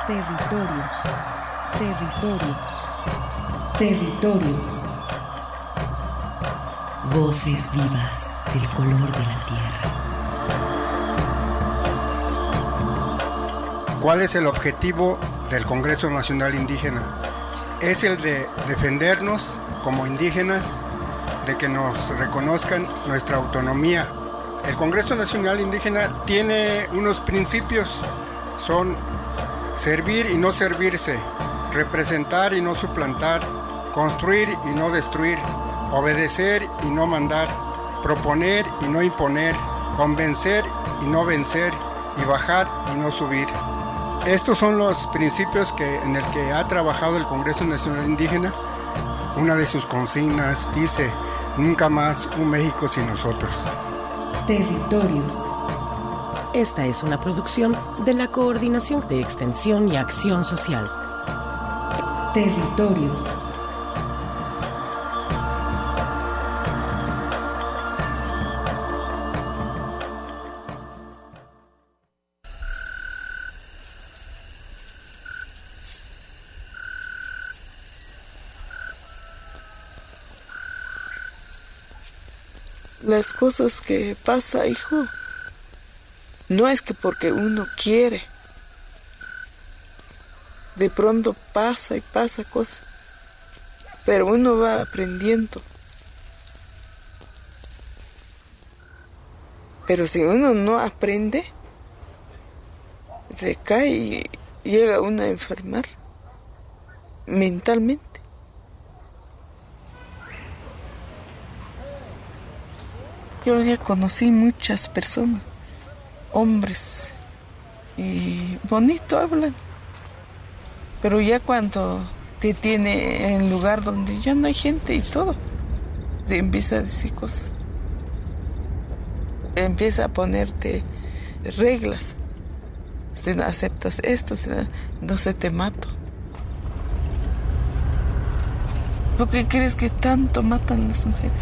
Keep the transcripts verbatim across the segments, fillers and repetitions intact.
Territorios, territorios, territorios. Voces vivas del color de la tierra. ¿Cuál es el objetivo del Congreso Nacional Indígena? Es el de defendernos como indígenas, de que nos reconozcan nuestra autonomía. El Congreso Nacional Indígena tiene unos principios, son servir y no servirse, representar y no suplantar, construir y no destruir, obedecer y no mandar, proponer y no imponer, convencer y no vencer, y bajar y no subir. Estos son los principios que, en el que ha trabajado el Congreso Nacional Indígena. Una de sus consignas dice: nunca más un México sin nosotros. Territorios. Esta es una producción de la Coordinación de Extensión y Acción Social. Territorios. Las cosas que pasa, hijo, no es que porque uno quiere. De pronto pasa y pasa cosas, pero uno va aprendiendo. Pero si uno no aprende, recae y llega uno a enfermar mentalmente. Yo ya conocí muchas personas, hombres, y bonito hablan, pero ya cuando te tiene en lugar donde ya no hay gente y todo, te empieza a decir cosas, empieza a ponerte reglas. Si no aceptas esto, si no, no se te mato. ¿Por qué crees que tanto matan las mujeres?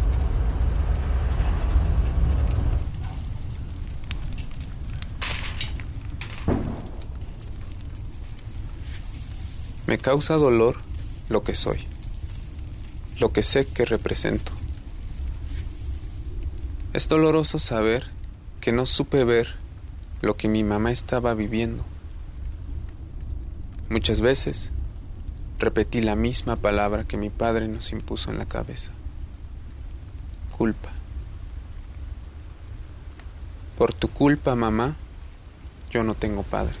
Me causa dolor lo que soy, lo que sé que represento. Es doloroso saber que no supe ver lo que mi mamá estaba viviendo. Muchas veces repetí la misma palabra que mi padre nos impuso en la cabeza: culpa. Por tu culpa, mamá, yo no tengo padre.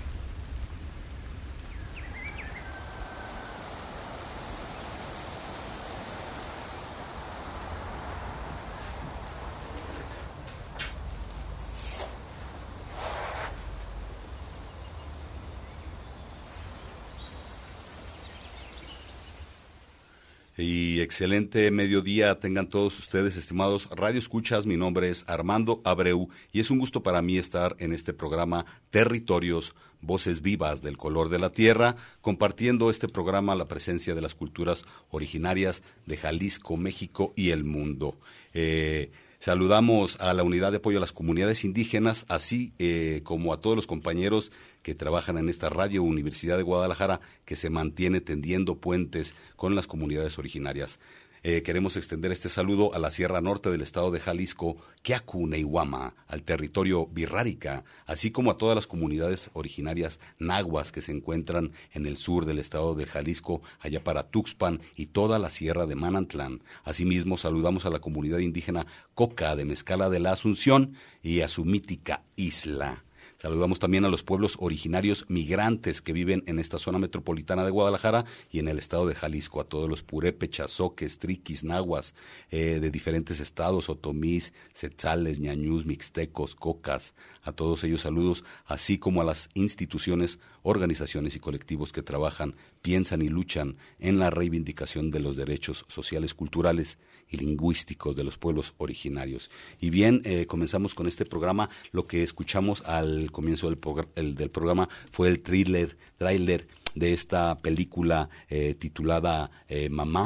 Y excelente mediodía tengan todos ustedes, estimados radioescuchas. Mi nombre es Armando Abreu y es un gusto para mí estar en este programa Territorios, Voces Vivas del Color de la Tierra, compartiendo este programa la presencia de las culturas originarias de Jalisco, México y el mundo. Eh, saludamos a la Unidad de Apoyo a las Comunidades Indígenas, así eh, como a todos los compañeros que trabajan en esta Radio Universidad de Guadalajara, que se mantiene tendiendo puentes con las comunidades originarias. Eh, queremos extender este saludo a la Sierra Norte del estado de Jalisco, Quiacu, Neihuama, al territorio Birrárica, así como a todas las comunidades originarias nahuas que se encuentran en el sur del estado de Jalisco, allá para Tuxpan y toda la Sierra de Manantlán. Asimismo, saludamos a la comunidad indígena Coca de Mezcala de la Asunción y a su mítica isla. Saludamos también a los pueblos originarios migrantes que viven en esta zona metropolitana de Guadalajara y en el estado de Jalisco, a todos los purépechas, zoques, triquis, nahuas, eh, de diferentes estados, otomís, tzetzales, ñañús, mixtecos, cocas, a todos ellos saludos, así como a las instituciones, organizaciones y colectivos que trabajan, piensan y luchan en la reivindicación de los derechos sociales, culturales y lingüísticos de los pueblos originarios. Y bien, eh, comenzamos con este programa. Lo que escuchamos al comienzo del, progr- el, del programa fue el thriller, tráiler de esta película eh, titulada eh, Mamá,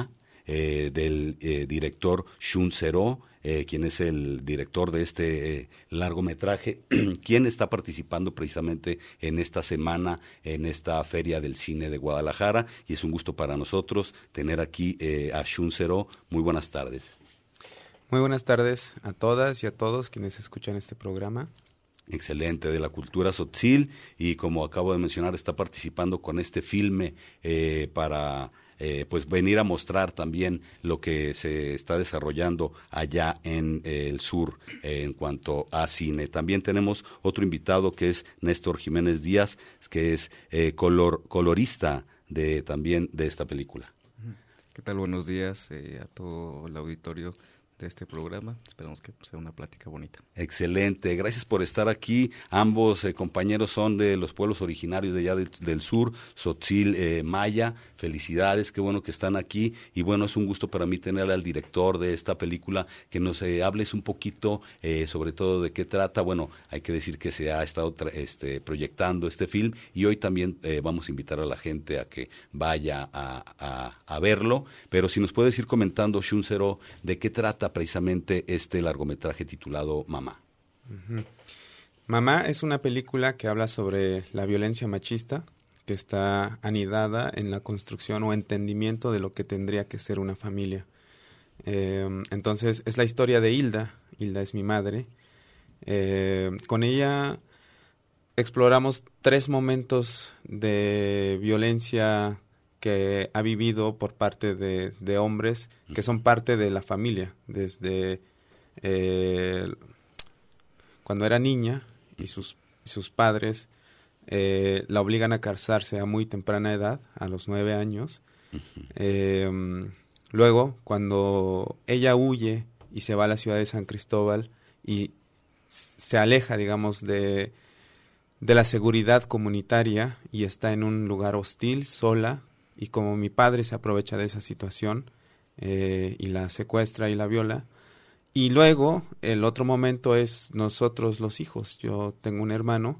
eh, del eh, director Shun Zero, eh, quien es el director de este eh, largometraje, quien está participando precisamente en esta semana, en esta Feria del Cine de Guadalajara, y es un gusto para nosotros tener aquí eh, a Shun Zero. Muy buenas tardes. Muy buenas tardes a todas y a todos quienes escuchan este programa. Excelente, de la cultura tzotzil, y como acabo de mencionar, está participando con este filme eh, para eh, pues venir a mostrar también lo que se está desarrollando allá en eh, el sur eh, en cuanto a cine. También tenemos otro invitado que es Néstor Jiménez Díaz, que es eh, color, colorista de también de esta película. ¿Qué tal? Buenos días eh, a todo el auditorio de este programa. Esperamos que sea una plática bonita. Excelente, gracias por estar aquí. Ambos eh, compañeros son de los pueblos originarios de allá del, del sur, tzotzil eh, maya. Felicidades, qué bueno que están aquí, y bueno, es un gusto para mí tener al director de esta película que nos eh, hables un poquito eh, sobre todo de qué trata. Bueno, hay que decir que se ha estado tra- este, proyectando este film, y hoy también eh, vamos a invitar a la gente a que vaya a, a, a verlo, pero si nos puedes ir comentando, Shun Zero, de qué trata precisamente este largometraje titulado Mamá. Uh-huh. Mamá es una película que habla sobre la violencia machista que está anidada en la construcción o entendimiento de lo que tendría que ser una familia. Eh, entonces es la historia de Hilda. Hilda es mi madre. Eh, con ella exploramos tres momentos de violencia que ha vivido por parte de, de hombres que son parte de la familia, desde eh, cuando era niña y sus, sus padres eh, la obligan a casarse a muy temprana edad, a los nueve años. Eh, luego, cuando ella huye y se va a la ciudad de San Cristóbal y se aleja, digamos, de, de la seguridad comunitaria y está en un lugar hostil, sola, y como mi padre se aprovecha de esa situación eh, y la secuestra y la viola. Y luego el otro momento es nosotros los hijos. Yo tengo un hermano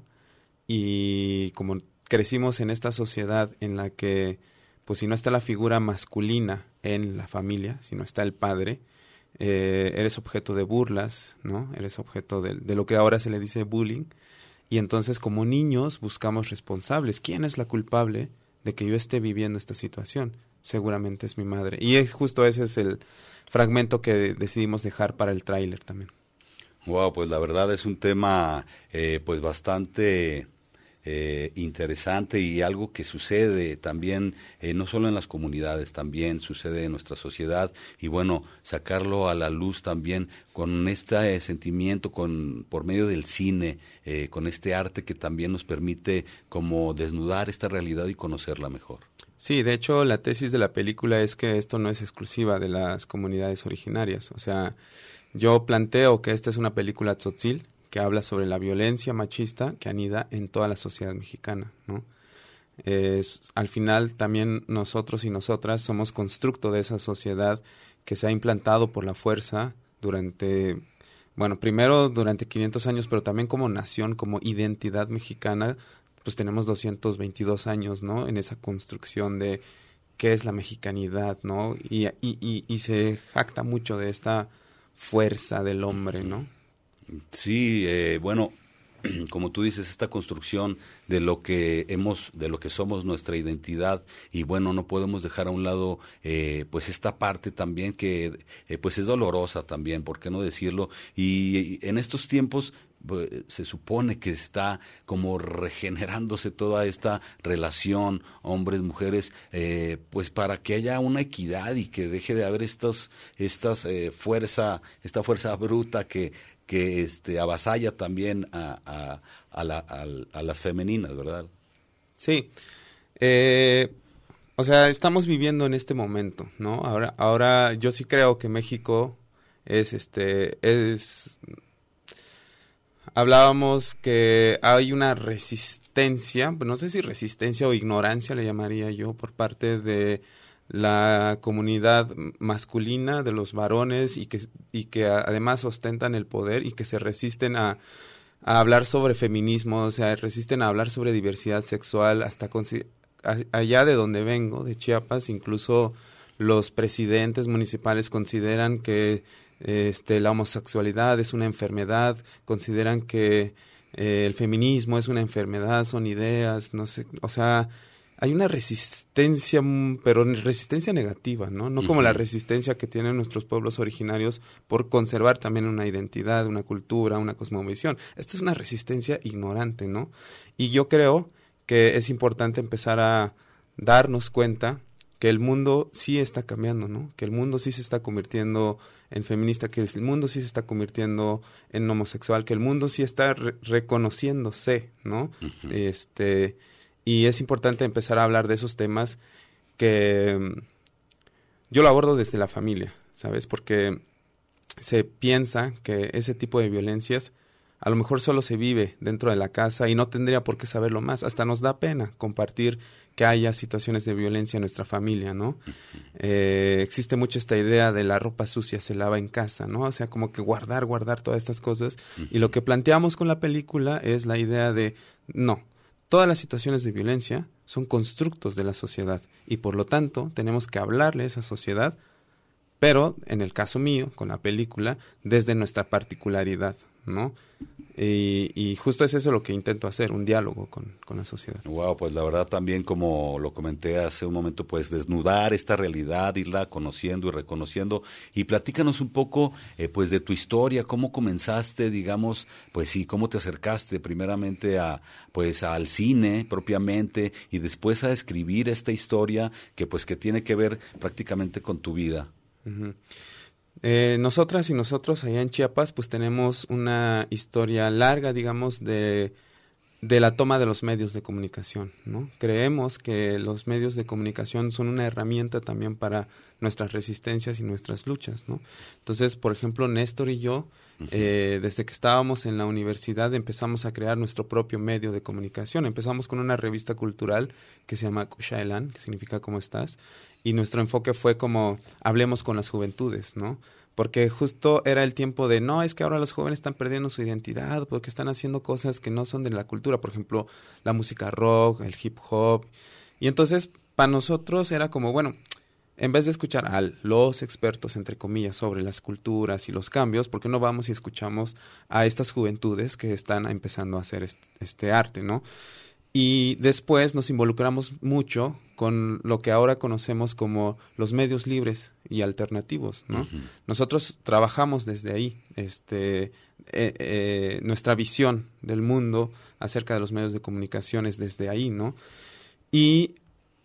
y como crecimos en esta sociedad en la que pues si no está la figura masculina en la familia, si no está el padre, eh, eres objeto de burlas, ¿no? Eres objeto de, de lo que ahora se le dice bullying. Y entonces como niños buscamos responsables. ¿Quién es la culpable de que yo esté viviendo esta situación? Seguramente es mi madre. Y es justo ese es el fragmento que decidimos dejar para el tráiler también. Wow, pues la verdad es un tema eh, pues bastante eh, interesante, y algo que sucede también eh, no solo en las comunidades, también sucede en nuestra sociedad, y bueno, sacarlo a la luz también con este eh, sentimiento, con por medio del cine, eh, con este arte que también nos permite como desnudar esta realidad y conocerla mejor. Sí, de hecho la tesis de la película es que esto no es exclusiva de las comunidades originarias. O sea, yo planteo que esta es una película tzotzil que habla sobre la violencia machista que anida en toda la sociedad mexicana, ¿no? Es, al final también nosotros y nosotras somos constructo de esa sociedad que se ha implantado por la fuerza durante, bueno, primero durante quinientos años, pero también como nación, como identidad mexicana, pues tenemos doscientos veintidós años, ¿no? En esa construcción de qué es la mexicanidad, ¿no? Y, y, y, y se jacta mucho de esta fuerza del hombre, ¿no? Sí, eh, bueno, como tú dices, esta construcción de lo que hemos, de lo que somos, nuestra identidad, y bueno, no podemos dejar a un lado eh, pues esta parte también que eh, pues es dolorosa también, ¿por qué no decirlo? Y, y en estos tiempos pues, se supone que está como regenerándose toda esta relación hombres, mujeres, eh, pues para que haya una equidad y que deje de haber estos, estas eh, fuerza, esta fuerza bruta que que este avasalla también a, a, a, la, a, a las femeninas, ¿verdad? Sí, eh, o sea, estamos viviendo en este momento, ¿no? Ahora, ahora yo sí creo que México es, este, es, hablábamos que hay una resistencia, no sé si resistencia o ignorancia le llamaría yo, por parte de la comunidad masculina, de los varones, y que y que además ostentan el poder y que se resisten a, a hablar sobre feminismo, o sea, resisten a hablar sobre diversidad sexual, hasta con, a, allá de donde vengo, de Chiapas, incluso los presidentes municipales consideran que este, la homosexualidad es una enfermedad, consideran que eh, el feminismo es una enfermedad, son ideas, no sé, o sea, hay una resistencia, pero resistencia negativa, ¿no? No como uh-huh. la resistencia que tienen nuestros pueblos originarios por conservar también una identidad, una cultura, una cosmovisión. Esta es una resistencia ignorante, ¿no? Y yo creo que es importante empezar a darnos cuenta que el mundo sí está cambiando, ¿no? Que el mundo sí se está convirtiendo en feminista, que el mundo sí se está convirtiendo en homosexual, que el mundo sí está re- reconociéndose, ¿no? Uh-huh. Este... Y es importante empezar a hablar de esos temas que um, yo lo abordo desde la familia, ¿sabes? Porque se piensa que ese tipo de violencias a lo mejor solo se vive dentro de la casa y no tendría por qué saberlo más. Hasta nos da pena compartir que haya situaciones de violencia en nuestra familia, ¿no? Eh, existe mucho esta idea de la ropa sucia se lava en casa, ¿no? O sea, como que guardar, guardar todas estas cosas. Y lo que planteamos con la película es la idea de, no, todas las situaciones de violencia son constructos de la sociedad y por lo tanto tenemos que hablarle a esa sociedad, pero en el caso mío, con la película, desde nuestra particularidad, ¿no? Y, y justo es eso lo que intento hacer, un diálogo con, con la sociedad. Wow, pues la verdad también, como lo comenté hace un momento, pues desnudar esta realidad, irla conociendo y reconociendo. Y platícanos un poco eh, pues de tu historia, cómo comenzaste, digamos, pues sí, cómo te acercaste primeramente a pues al cine propiamente y después a escribir esta historia que pues que tiene que ver prácticamente con tu vida. Uh-huh. Eh, nosotras y nosotros allá en Chiapas pues tenemos una historia larga, digamos, de, de la toma de los medios de comunicación, ¿no? Creemos que los medios de comunicación son una herramienta también para nuestras resistencias y nuestras luchas, ¿no? Entonces, por ejemplo, Néstor y yo, uh-huh. eh, desde que estábamos en la universidad empezamos a crear nuestro propio medio de comunicación. Empezamos con una revista cultural que se llama Kushaelan, que significa ¿cómo estás? Y nuestro enfoque fue como, hablemos con las juventudes, ¿no? Porque justo era el tiempo de, no, es que ahora los jóvenes están perdiendo su identidad porque están haciendo cosas que no son de la cultura, por ejemplo, la música rock, el hip hop. Y entonces, para nosotros era como, bueno, en vez de escuchar a los expertos, entre comillas, sobre las culturas y los cambios, ¿por qué no vamos y escuchamos a estas juventudes que están empezando a hacer este, este arte, ¿no? Y después nos involucramos mucho con lo que ahora conocemos como los medios libres y alternativos, ¿no? Uh-huh. Nosotros trabajamos desde ahí, este, eh, eh, nuestra visión del mundo acerca de los medios de comunicación es desde ahí, ¿no? Y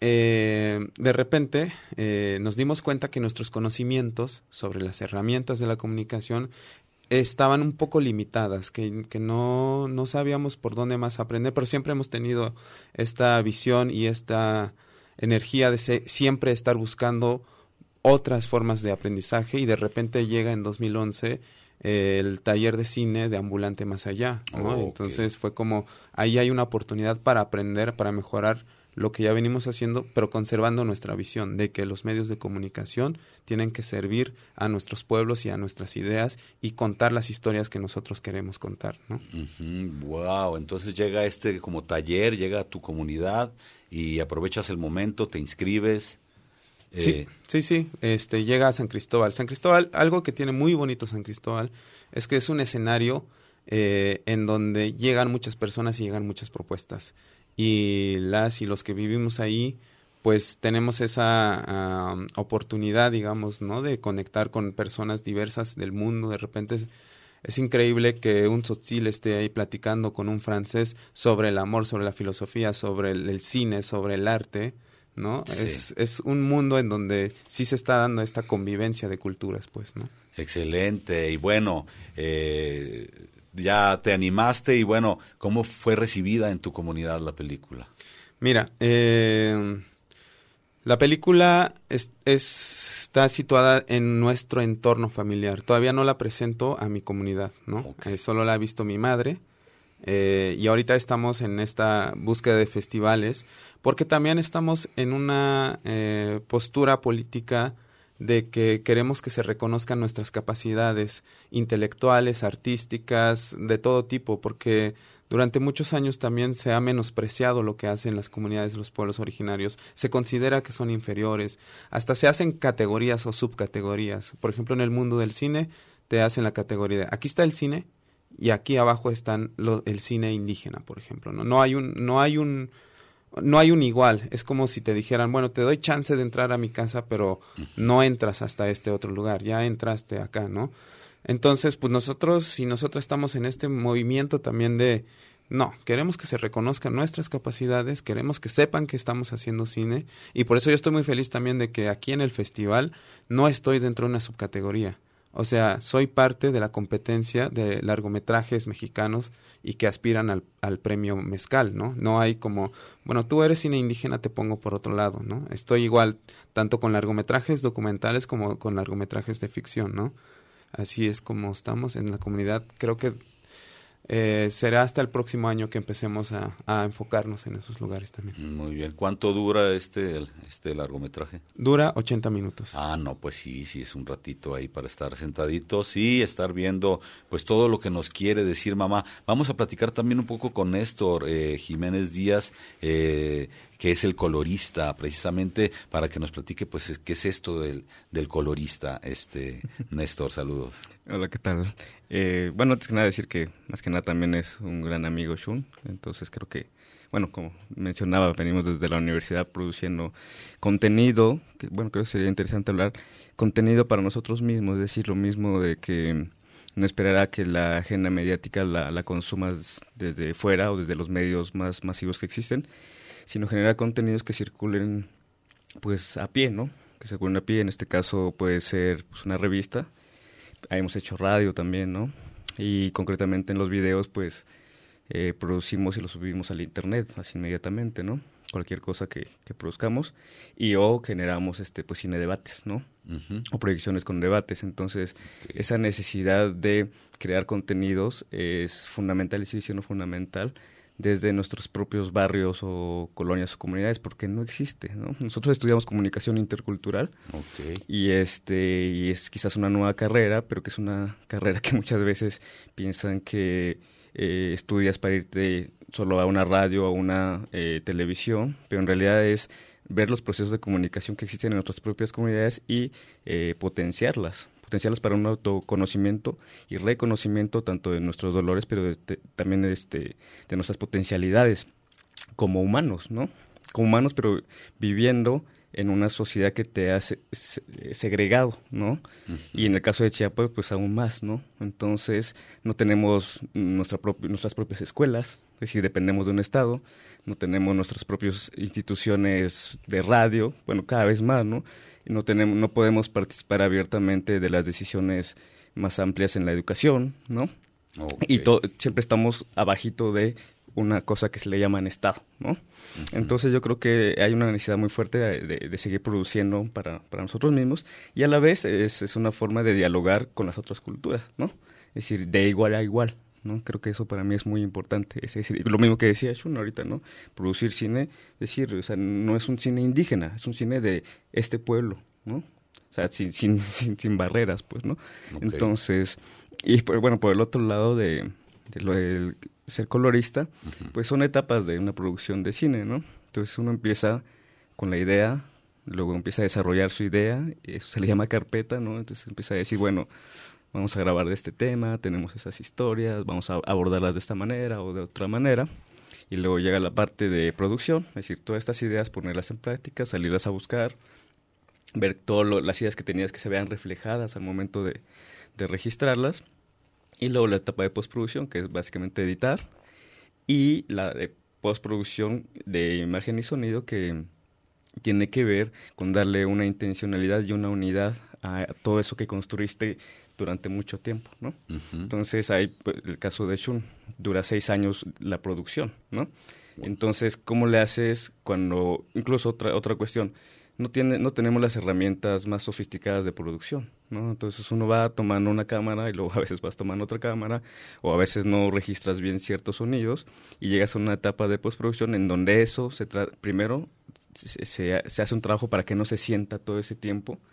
eh, de repente eh, nos dimos cuenta que nuestros conocimientos sobre las herramientas de la comunicación estaban un poco limitadas, que, que no, no sabíamos por dónde más aprender, pero siempre hemos tenido esta visión y esta energía de se, siempre estar buscando otras formas de aprendizaje y de repente llega en dos mil once eh, el taller de cine de Ambulante Más Allá, ¿no? Oh, Entonces okay. fue como, ahí hay una oportunidad para aprender, para mejorar lo que ya venimos haciendo, pero conservando nuestra visión de que los medios de comunicación tienen que servir a nuestros pueblos y a nuestras ideas y contar las historias que nosotros queremos contar, ¿no? Uh-huh. Wow, entonces llega este como taller, llega a tu comunidad y aprovechas el momento, te inscribes. Eh... Sí, sí, sí, este, llega a San Cristóbal. San Cristóbal, algo que tiene muy bonito San Cristóbal es que es un escenario eh, en donde llegan muchas personas y llegan muchas propuestas. Y las y los que vivimos ahí, pues tenemos esa uh, oportunidad, digamos, ¿no? De conectar con personas diversas del mundo. De repente es, es increíble que un tzotzil esté ahí platicando con un francés sobre el amor, sobre la filosofía, sobre el, el cine, sobre el arte, ¿no? Sí. Es, es un mundo en donde sí se está dando esta convivencia de culturas, pues, ¿no? Excelente. Y bueno, eh... ya te animaste y bueno, ¿cómo fue recibida en tu comunidad la película? Mira, eh, la película es, es, está situada en nuestro entorno familiar. Todavía no la presento a mi comunidad, ¿no? Okay. Eh, solo la ha visto mi madre eh, y ahorita estamos en esta búsqueda de festivales porque también estamos en una eh, postura política de que queremos que se reconozcan nuestras capacidades intelectuales, artísticas, de todo tipo, porque durante muchos años también se ha menospreciado lo que hacen las comunidades de los pueblos originarios. Se considera que son inferiores. Hasta se hacen categorías o subcategorías. Por ejemplo, en el mundo del cine te hacen la categoría de aquí está el cine y aquí abajo están lo, el cine indígena, por ejemplo. No, no hay un, no hay un, no hay un igual. Es como si te dijeran, bueno, te doy chance de entrar a mi casa, pero no entras hasta este otro lugar. Ya entraste acá, ¿no? Entonces, pues nosotros y nosotras estamos en este movimiento también de, no, queremos que se reconozcan nuestras capacidades, queremos que sepan que estamos haciendo cine, y por eso yo estoy muy feliz también de que aquí en el festival no estoy dentro de una subcategoría. O sea, soy parte de la competencia de largometrajes mexicanos y que aspiran al, al premio Mezcal, ¿no? No hay como, bueno, tú eres cine indígena, te pongo por otro lado, ¿no? Estoy igual tanto con largometrajes documentales como con largometrajes de ficción, ¿no? Así es como estamos en la comunidad. Creo que eh, será hasta el próximo año que empecemos a, a enfocarnos en esos lugares también. Muy bien. ¿Cuánto dura este este largometraje? Dura ochenta minutos. Ah, no, pues sí, sí, es un ratito ahí para estar sentaditos y estar viendo pues todo lo que nos quiere decir mamá. Vamos a platicar también un poco con Néstor eh, Jiménez Díaz, eh, que es el colorista, precisamente para que nos platique pues qué es esto del, del colorista. Este Néstor, saludos. Hola, ¿qué tal? Eh, bueno, antes que nada decir que más que nada también es un gran amigo Shun, entonces creo que, bueno, como mencionaba, venimos desde la universidad produciendo contenido, que bueno, creo que sería interesante hablar, contenido para nosotros mismos, es decir, lo mismo de que no esperará que la agenda mediática la, la consumas desde fuera o desde los medios más masivos que existen, sino generar contenidos que circulen pues a pie, ¿no? Que circulen a pie, en este caso puede ser pues, una revista, hemos hecho radio también, ¿no? Y concretamente en los videos pues eh, producimos y los subimos al internet así inmediatamente, ¿no? Cualquier cosa que, que produzcamos y o generamos este pues cine debates, ¿no? Uh-huh. O proyecciones con debates. Entonces okay. Esa necesidad de crear contenidos es fundamental y sigue siendo fundamental desde nuestros propios barrios o colonias o comunidades, porque no existe, ¿no? Nosotros estudiamos comunicación intercultural okay. y este y es quizás una nueva carrera, pero que es una carrera que muchas veces piensan que eh, estudias para irte solo a una radio o a una eh, televisión, pero en realidad es ver los procesos de comunicación que existen en nuestras propias comunidades y eh, potenciarlas. potenciarlas para un autoconocimiento y reconocimiento tanto de nuestros dolores, pero de, de, también de, este, de nuestras potencialidades como humanos, ¿no? Como humanos, pero viviendo en una sociedad que te hace segregado, ¿no? Uh-huh. Y en el caso de Chiapas, pues aún más, ¿no? Entonces, no tenemos nuestra propi- nuestras propias escuelas, es decir, dependemos de un estado, no tenemos nuestras propias instituciones de radio, bueno, cada vez más, ¿no? No tenemos, no podemos participar abiertamente de las decisiones más amplias en la educación, ¿no? Okay. Y to, siempre estamos abajito de una cosa que se le llaman Estado, ¿no? Uh-huh. Entonces yo creo que hay una necesidad muy fuerte de, de, de seguir produciendo para, para nosotros mismos y a la vez es, es una forma de dialogar con las otras culturas, ¿no? Es decir, de igual a igual, ¿no? Creo que eso para mí es muy importante. Es decir, lo mismo que decía Shun ahorita, ¿no? Producir cine, decir, o sea, no es un cine indígena, es un cine de este pueblo, ¿no? O sea, sin, sin, sin, sin barreras, pues, ¿no? Okay. Entonces, y por, bueno, por el otro lado de, de lo del ser colorista, uh-huh. pues son etapas de una producción de cine, ¿no? Entonces uno empieza con la idea, luego empieza a desarrollar su idea, y eso se le llama carpeta, ¿no? Entonces empieza a decir, bueno, vamos a grabar de este tema, tenemos esas historias, vamos a abordarlas de esta manera o de otra manera, y luego llega la parte de producción, es decir, todas estas ideas, ponerlas en práctica, salirlas a buscar, ver todas las ideas que tenías que se vean reflejadas al momento de, de registrarlas, y luego la etapa de postproducción, que es básicamente editar, y la de postproducción de imagen y sonido, que tiene que ver con darle una intencionalidad y una unidad a todo eso que construiste durante mucho tiempo, ¿no? Uh-huh. Entonces, hay el caso de Shun, dura seis años la producción, ¿no? Uh-huh. Entonces, ¿cómo le haces cuando, incluso otra otra cuestión, no tiene no tenemos las herramientas más sofisticadas de producción, ¿no? Entonces uno va tomando una cámara y luego a veces vas tomando otra cámara, o a veces no registras bien ciertos sonidos y llegas a una etapa de postproducción en donde eso se tra- primero se, se, se hace un trabajo para que no se sienta todo ese tiempo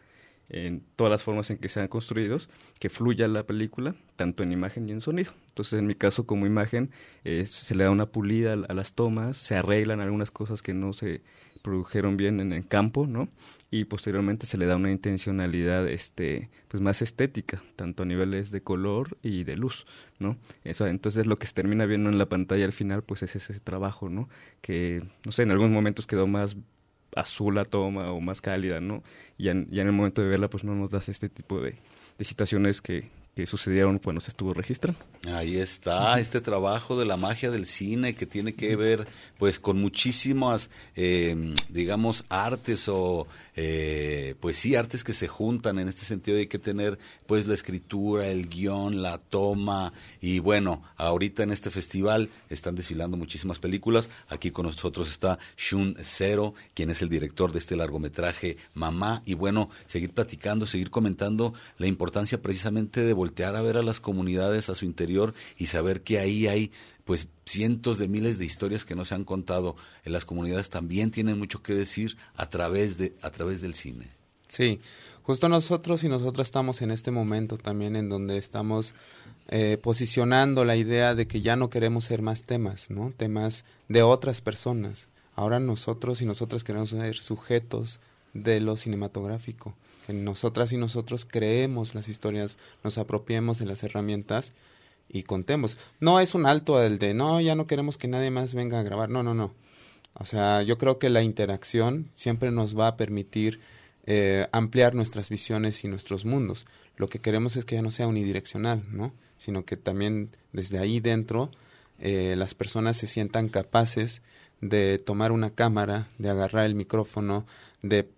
en todas las formas en que sean construidos, que fluya la película, tanto en imagen y en sonido. Entonces, en mi caso, como imagen, eh, se le da una pulida a, a las tomas, se arreglan algunas cosas que no se produjeron bien en el campo, ¿no? Y posteriormente se le da una intencionalidad este pues más estética, tanto a niveles de color y de luz, ¿no? Eso, entonces lo que se termina viendo en la pantalla al final pues es ese trabajo, ¿no? Que, no sé, en algunos momentos quedó más azul la toma o más cálida, ¿no? Y en, y en el momento de verla pues no nos das este tipo de, de situaciones que, que sucedieron cuando se estuvo registrando. Ahí está, uh-huh. Este trabajo de la magia del cine que tiene que ver pues con muchísimas, eh, digamos, artes o, eh, pues sí, artes que se juntan en este sentido. Hay que tener pues la escritura, el guión, la toma y bueno, ahorita en este festival están desfilando muchísimas películas. Aquí con nosotros está Shun Zero, quien es el director de este largometraje Mamá, y bueno, seguir platicando, seguir comentando la importancia precisamente de voltear a ver a las comunidades a su interior y saber que ahí hay pues cientos de miles de historias que no se han contado. En las comunidades también tienen mucho que decir a través de a través del cine. Sí, justo nosotros y nosotras estamos en este momento también en donde estamos eh, posicionando la idea de que ya no queremos ser más temas, ¿no? Temas de otras personas. Ahora nosotros y nosotras queremos ser sujetos de lo cinematográfico. Que nosotras y nosotros creemos las historias, nos apropiemos de las herramientas y contemos. No es un alto el de, no, ya no queremos que nadie más venga a grabar. No, no, no. O sea, yo creo que la interacción siempre nos va a permitir eh, ampliar nuestras visiones y nuestros mundos. Lo que queremos es que ya no sea unidireccional, ¿no? Sino que también desde ahí dentro eh, las personas se sientan capaces de tomar una cámara, de agarrar el micrófono, de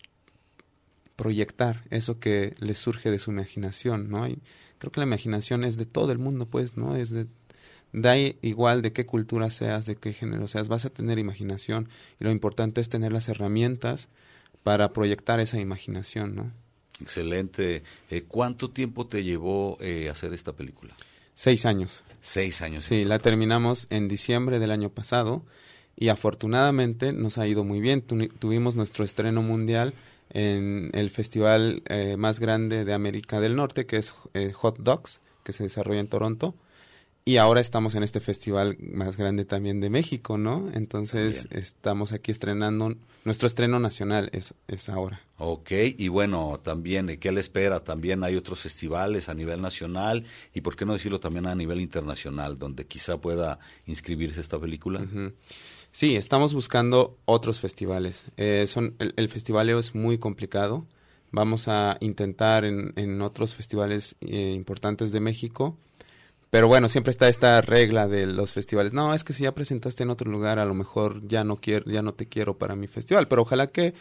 proyectar eso que les surge de su imaginación, ¿no? Y creo que la imaginación es de todo el mundo, pues, ¿no? Es de, da igual de qué cultura seas, de qué género seas, vas a tener imaginación y lo importante es tener las herramientas para proyectar esa imaginación, ¿no? Excelente. Eh, ¿Cuánto tiempo te llevó eh, hacer esta película? Seis años. Seis años. Sí, la terminamos en diciembre del año pasado y afortunadamente nos ha ido muy bien. Tu, tuvimos nuestro estreno mundial en el festival eh, más grande de América del Norte, que es eh, Hot Dogs, que se desarrolla en Toronto, y ahora estamos en este festival más grande también de México, ¿no? Entonces también estamos aquí estrenando, nuestro estreno nacional es, es ahora. Ok, y bueno, también, ¿qué le espera? También hay otros festivales a nivel nacional, y por qué no decirlo también a nivel internacional, donde quizá pueda inscribirse esta película. Uh-huh. Sí, estamos buscando otros festivales. Eh, son el, el festivaleo es muy complicado. Vamos a intentar en, en otros festivales eh, importantes de México. Pero bueno, siempre está esta regla de los festivales. No, es que si ya presentaste en otro lugar, a lo mejor ya no quiero, ya no te quiero para mi festival. Pero ojalá que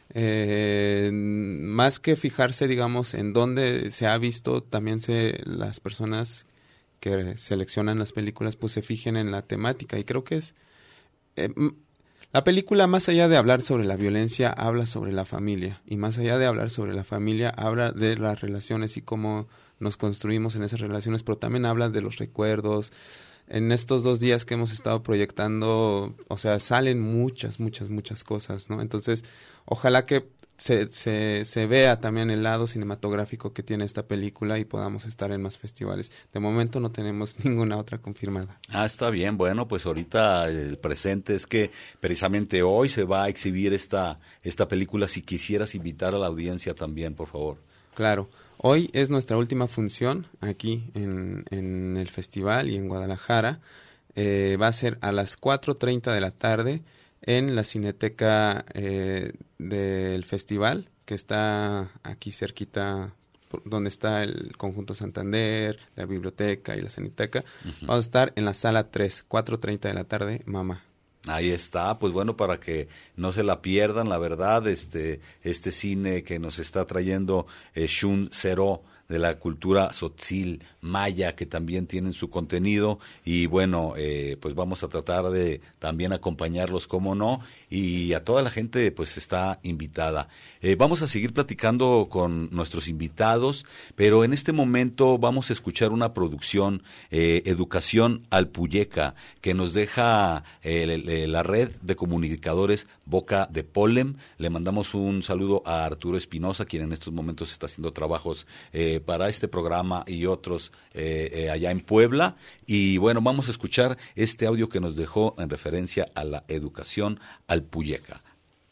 eh, más que fijarse, digamos, en dónde se ha visto, también se las personas que seleccionan las películas, pues se fijen en la temática. Y creo que es Eh, la película, más allá de hablar sobre la violencia, habla sobre la familia. Y más allá de hablar sobre la familia, habla de las relaciones y cómo nos construimos en esas relaciones, pero también habla de los recuerdos. En estos dos días que hemos estado proyectando, o sea, salen muchas, muchas, muchas cosas, ¿no? Entonces, ojalá que se, se, se vea también el lado cinematográfico que tiene esta película y podamos estar en más festivales. De momento no tenemos ninguna otra confirmada. Ah, está bien. Bueno, pues ahorita el presente es que precisamente hoy se va a exhibir esta, esta película. Si quisieras invitar a la audiencia también, por favor. Claro. Hoy es nuestra última función aquí en, en el festival y en Guadalajara. Eh, va a ser a las cuatro treinta de la tarde en la Cineteca eh, del festival, que está aquí cerquita, donde está el Conjunto Santander, la biblioteca y la Cineteca. Uh-huh. Vamos a estar en la sala tres, cuatro treinta de la tarde, Mamá. Ahí está, pues bueno, para que no se la pierdan, la verdad, este este cine que nos está trayendo eh, Shun Zero de la cultura tzotzil, maya, que también tienen su contenido, y bueno, eh, pues vamos a tratar de también acompañarlos, cómo no, y a toda la gente pues está invitada. Eh, vamos a seguir platicando con nuestros invitados, pero en este momento vamos a escuchar una producción, eh, Educación Alpuyeca, que nos deja eh, la red de comunicadores Boca de Polem. Le mandamos un saludo a Arturo Espinosa, quien en estos momentos está haciendo trabajos eh, para este programa y otros eh, eh, allá en Puebla. Y bueno, vamos a escuchar este audio que nos dejó en referencia a la educación alpuyeca.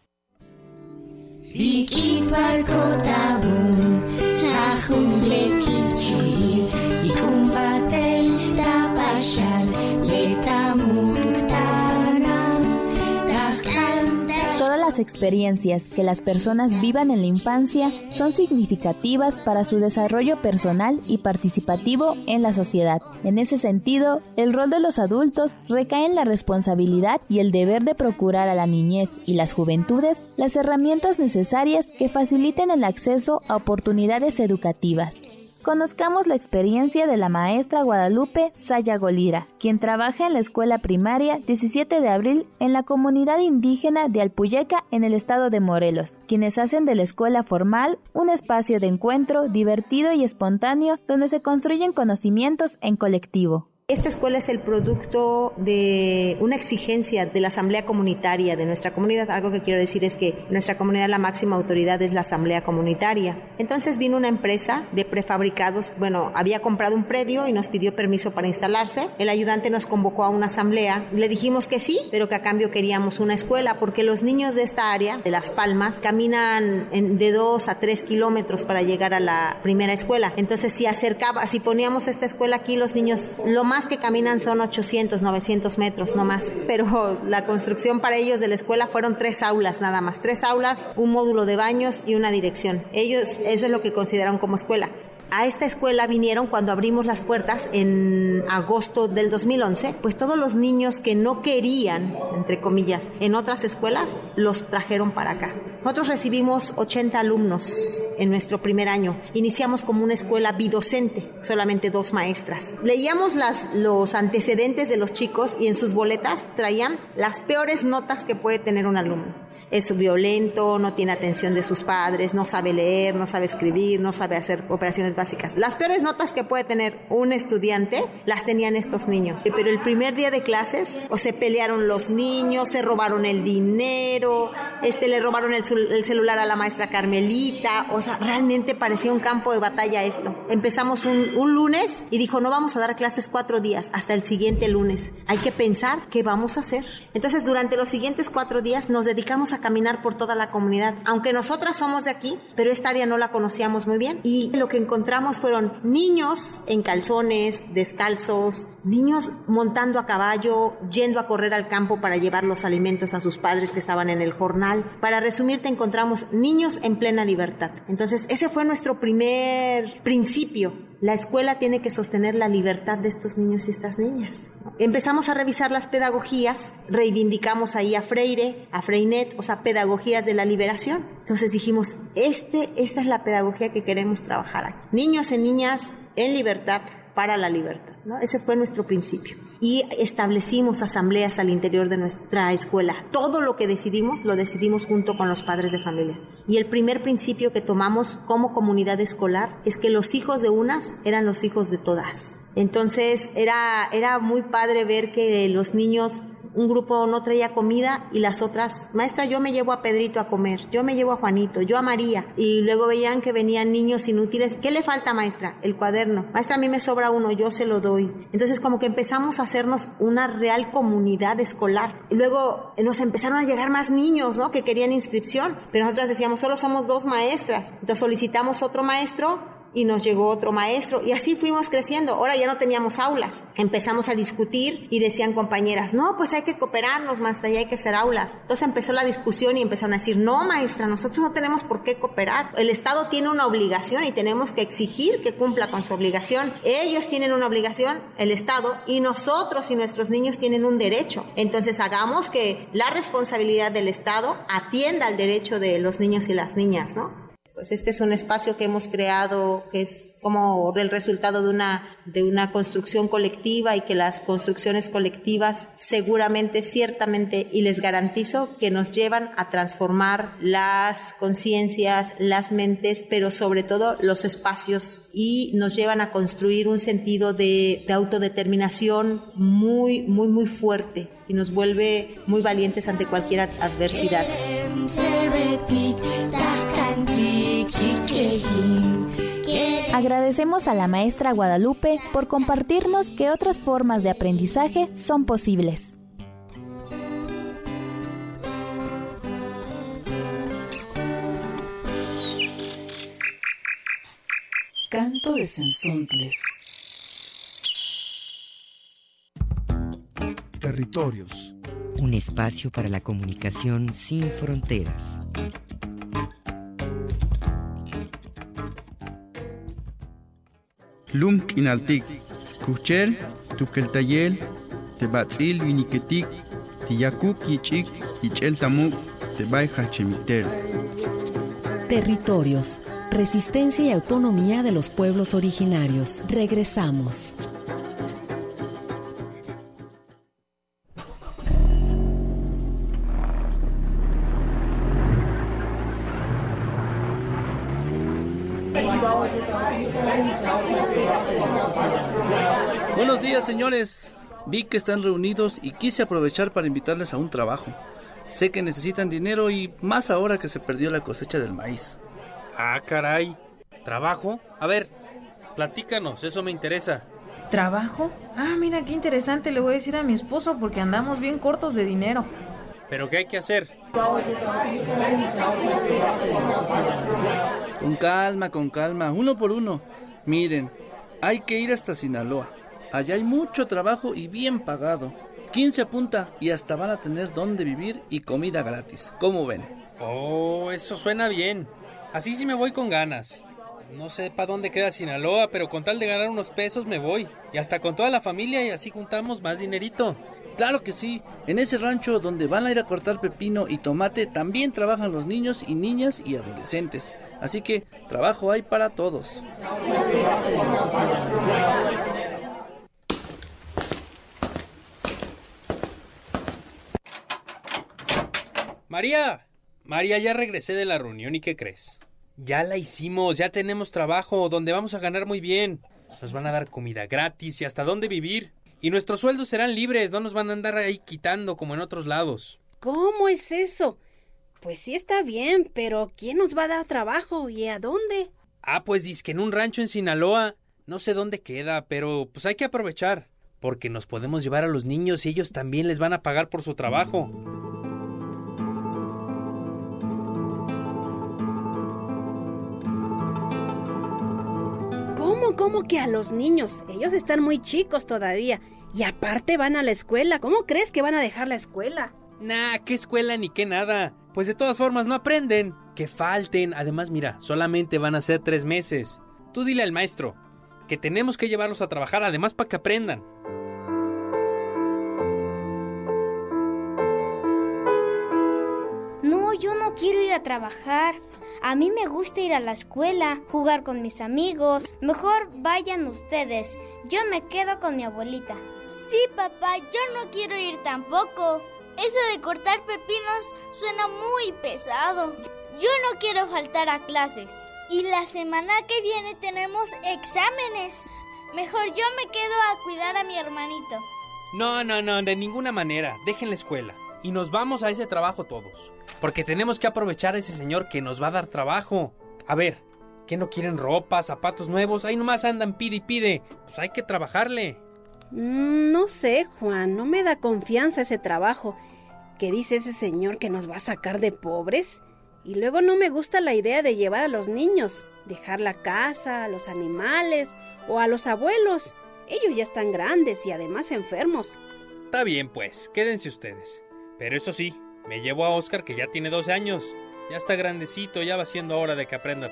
Todas las experiencias que las personas vivan en la infancia son significativas para su desarrollo personal y participativo en la sociedad. En ese sentido, el rol de los adultos recae en la responsabilidad y el deber de procurar a la niñez y las juventudes las herramientas necesarias que faciliten el acceso a oportunidades educativas. Conozcamos la experiencia de la maestra Guadalupe Sayagolira, quien trabaja en la escuela primaria diecisiete de abril en la comunidad indígena de Alpuyeca en el estado de Morelos, quienes hacen de la escuela formal un espacio de encuentro divertido y espontáneo donde se construyen conocimientos en colectivo. Esta escuela es el producto de una exigencia de la asamblea comunitaria de nuestra comunidad. Algo que quiero decir es que nuestra comunidad, la máxima autoridad es la asamblea comunitaria. Entonces vino una empresa de prefabricados, bueno, había comprado un predio y nos pidió permiso para instalarse. El ayudante nos convocó a una asamblea. Le dijimos que sí, pero que a cambio queríamos una escuela, porque los niños de esta área, de Las Palmas, caminan en, de dos a tres kilómetros para llegar a la primera escuela. Entonces si acercaba, si poníamos esta escuela aquí, los niños lo más que caminan son ochocientos, novecientos metros, no más. Pero la construcción para ellos de la escuela fueron tres aulas nada más. Tres aulas, un módulo de baños y una dirección. Ellos, eso es lo que consideraron como escuela. A esta escuela vinieron cuando abrimos las puertas en agosto del dos mil once, pues todos los niños que no querían, entre comillas, en otras escuelas, los trajeron para acá. Nosotros recibimos ochenta alumnos en nuestro primer año. Iniciamos como una escuela bidocente, solamente dos maestras. Leíamos las, los antecedentes de los chicos y en sus boletas traían las peores notas que puede tener un alumno. Es violento, no tiene atención de sus padres, no sabe leer, no sabe escribir, no sabe hacer operaciones básicas. Las peores notas que puede tener un estudiante las tenían estos niños. Pero el primer día de clases, o se pelearon los niños, se robaron el dinero, este, le robaron el, el celular a la maestra Carmelita. O sea, realmente parecía un campo de batalla esto. Empezamos un, un lunes y dijo, no vamos a dar clases cuatro días, hasta el siguiente lunes. Hay que pensar qué vamos a hacer. Entonces, durante los siguientes cuatro días nos dedicamos a caminar por toda la comunidad, aunque nosotras somos de aquí, pero esta área no la conocíamos muy bien, y lo que encontramos fueron niños en calzones, descalzos, niños montando a caballo, yendo a correr al campo para llevar los alimentos a sus padres que estaban en el jornal. Para resumirte, encontramos niños en plena libertad. Entonces, ese fue nuestro primer principio. La escuela tiene que sostener la libertad de estos niños y estas niñas, ¿no? Empezamos a revisar las pedagogías, reivindicamos ahí a Freire, a Freinet, o sea, pedagogías de la liberación. Entonces dijimos, este, esta es la pedagogía que queremos trabajar aquí. Niños y niñas en libertad para la libertad, ¿no? Ese fue nuestro principio. Y establecimos asambleas al interior de nuestra escuela. Todo lo que decidimos, lo decidimos junto con los padres de familia. Y el primer principio que tomamos como comunidad escolar es que los hijos de unas eran los hijos de todas. Entonces era, era muy padre ver que los niños, un grupo no traía comida y las otras, maestra, yo me llevo a Pedrito a comer, yo me llevo a Juanito, yo a María. Y luego veían que venían niños inútiles. ¿Qué le falta, maestra? El cuaderno. Maestra, a mí me sobra uno, yo se lo doy. Entonces como que empezamos a hacernos una real comunidad escolar. Y luego nos empezaron a llegar más niños, ¿no?, que querían inscripción, pero nosotras decíamos, solo somos dos maestras. Entonces solicitamos otro maestro y nos llegó otro maestro, y así fuimos creciendo. Ahora ya no teníamos aulas, empezamos a discutir y decían compañeras, no, pues hay que cooperarnos, maestra, y hay que hacer aulas. Entonces empezó la discusión y empezaron a decir, no, maestra, nosotros no tenemos por qué cooperar. El Estado tiene una obligación y tenemos que exigir que cumpla con su obligación. Ellos tienen una obligación, el Estado, y nosotros y nuestros niños tienen un derecho. Entonces hagamos que la responsabilidad del Estado atienda al derecho de los niños y las niñas, ¿no? pues este es un espacio que hemos creado que es como el resultado de una, de una construcción colectiva y que las construcciones colectivas seguramente, ciertamente, y les garantizo que nos llevan a transformar las conciencias, las mentes, pero sobre todo los espacios, y nos llevan a construir un sentido de, de autodeterminación muy, muy, muy fuerte y nos vuelve muy valientes ante cualquier adversidad. Agradecemos a la maestra Guadalupe por compartirnos que otras formas de aprendizaje son posibles. Canto de Sensontles. Territorios. Un espacio para la comunicación sin fronteras. Lumk inaltik, kuchel, tukeltayel, tebatzil viniketik, tiyakuk yichik, yichel tamuk, tebay hachemitel. Territorios, resistencia y autonomía de los pueblos originarios. Regresamos. Buenos días, señores. Vi que están reunidos y quise aprovechar para invitarles a un trabajo. Sé que necesitan dinero y más ahora que se perdió la cosecha del maíz. Ah, caray. ¿Trabajo? A ver, platícanos, eso me interesa. ¿Trabajo? Ah, mira qué interesante, le voy a decir a mi esposo porque andamos bien cortos de dinero. ¿Pero qué hay que hacer? Con calma, con calma, uno por uno. Miren, hay que ir hasta Sinaloa. Allá hay mucho trabajo y bien pagado. ¿Quién se apunta? Y hasta van a tener dónde vivir y comida gratis. ¿Cómo ven? Oh, eso suena bien. Así sí me voy con ganas. No sé para dónde queda Sinaloa, pero con tal de ganar unos pesos me voy. Y hasta con toda la familia y así juntamos más dinerito. Claro que sí. En ese rancho donde van a ir a cortar pepino y tomate también trabajan los niños y niñas y adolescentes. Así que trabajo hay para todos. María, María, ya regresé de la reunión y ¿qué crees? Ya la hicimos, ya tenemos trabajo donde vamos a ganar muy bien. Nos van a dar comida gratis y hasta dónde vivir. Y nuestros sueldos serán libres, no nos van a andar ahí quitando como en otros lados. ¿Cómo es eso? Pues sí está bien, pero ¿quién nos va a dar trabajo y a dónde? Ah, pues dizque en un rancho en Sinaloa. No sé dónde queda, pero pues hay que aprovechar. Porque nos podemos llevar a los niños y ellos también les van a pagar por su trabajo. ¿Cómo, cómo que a los niños? Ellos están muy chicos todavía. Y aparte van a la escuela. ¿Cómo crees que van a dejar la escuela? Nah, qué escuela ni qué nada. Pues de todas formas no aprenden. Que falten. Además, mira, solamente van a ser tres meses. Tú dile al maestro que tenemos que llevarlos a trabajar, además para que aprendan. No, yo no quiero ir a trabajar. A mí me gusta ir a la escuela, jugar con mis amigos. Mejor vayan ustedes. Yo me quedo con mi abuelita. Sí, papá, yo no quiero ir tampoco. Eso de cortar pepinos suena muy pesado. Yo no quiero faltar a clases. Y la semana que viene tenemos exámenes. Mejor yo me quedo a cuidar a mi hermanito. No, no, no, de ninguna manera. Dejen la escuela. Y nos vamos a ese trabajo todos. Porque tenemos que aprovechar a ese señor que nos va a dar trabajo. A ver, ¿qué no quieren ropa, zapatos nuevos? Ahí nomás andan pide y pide. Pues hay que trabajarle. Mm, no sé, Juan, no me da confianza ese trabajo. ¿Qué dice ese señor que nos va a sacar de pobres? Y luego no me gusta la idea de llevar a los niños, dejar la casa, a los animales o a los abuelos. Ellos ya están grandes y además enfermos. Está bien, pues, quédense ustedes. Pero eso sí, me llevo a Oscar, que ya tiene doce años. Ya está grandecito, ya va siendo hora de que aprenda.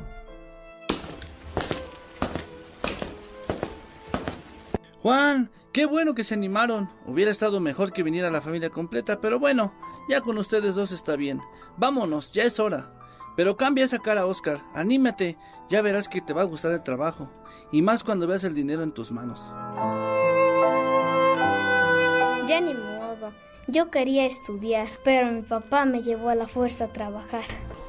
Juan, Qué bueno que se animaron. Hubiera estado mejor que viniera la familia completa, pero bueno, ya con ustedes dos está bien. Vámonos, ya es hora. Pero cambia esa cara, Oscar. Anímate, ya verás que te va a gustar el trabajo. Y más cuando veas el dinero en tus manos. Ya ni modo. Yo quería estudiar, pero mi papá me llevó a la fuerza a trabajar.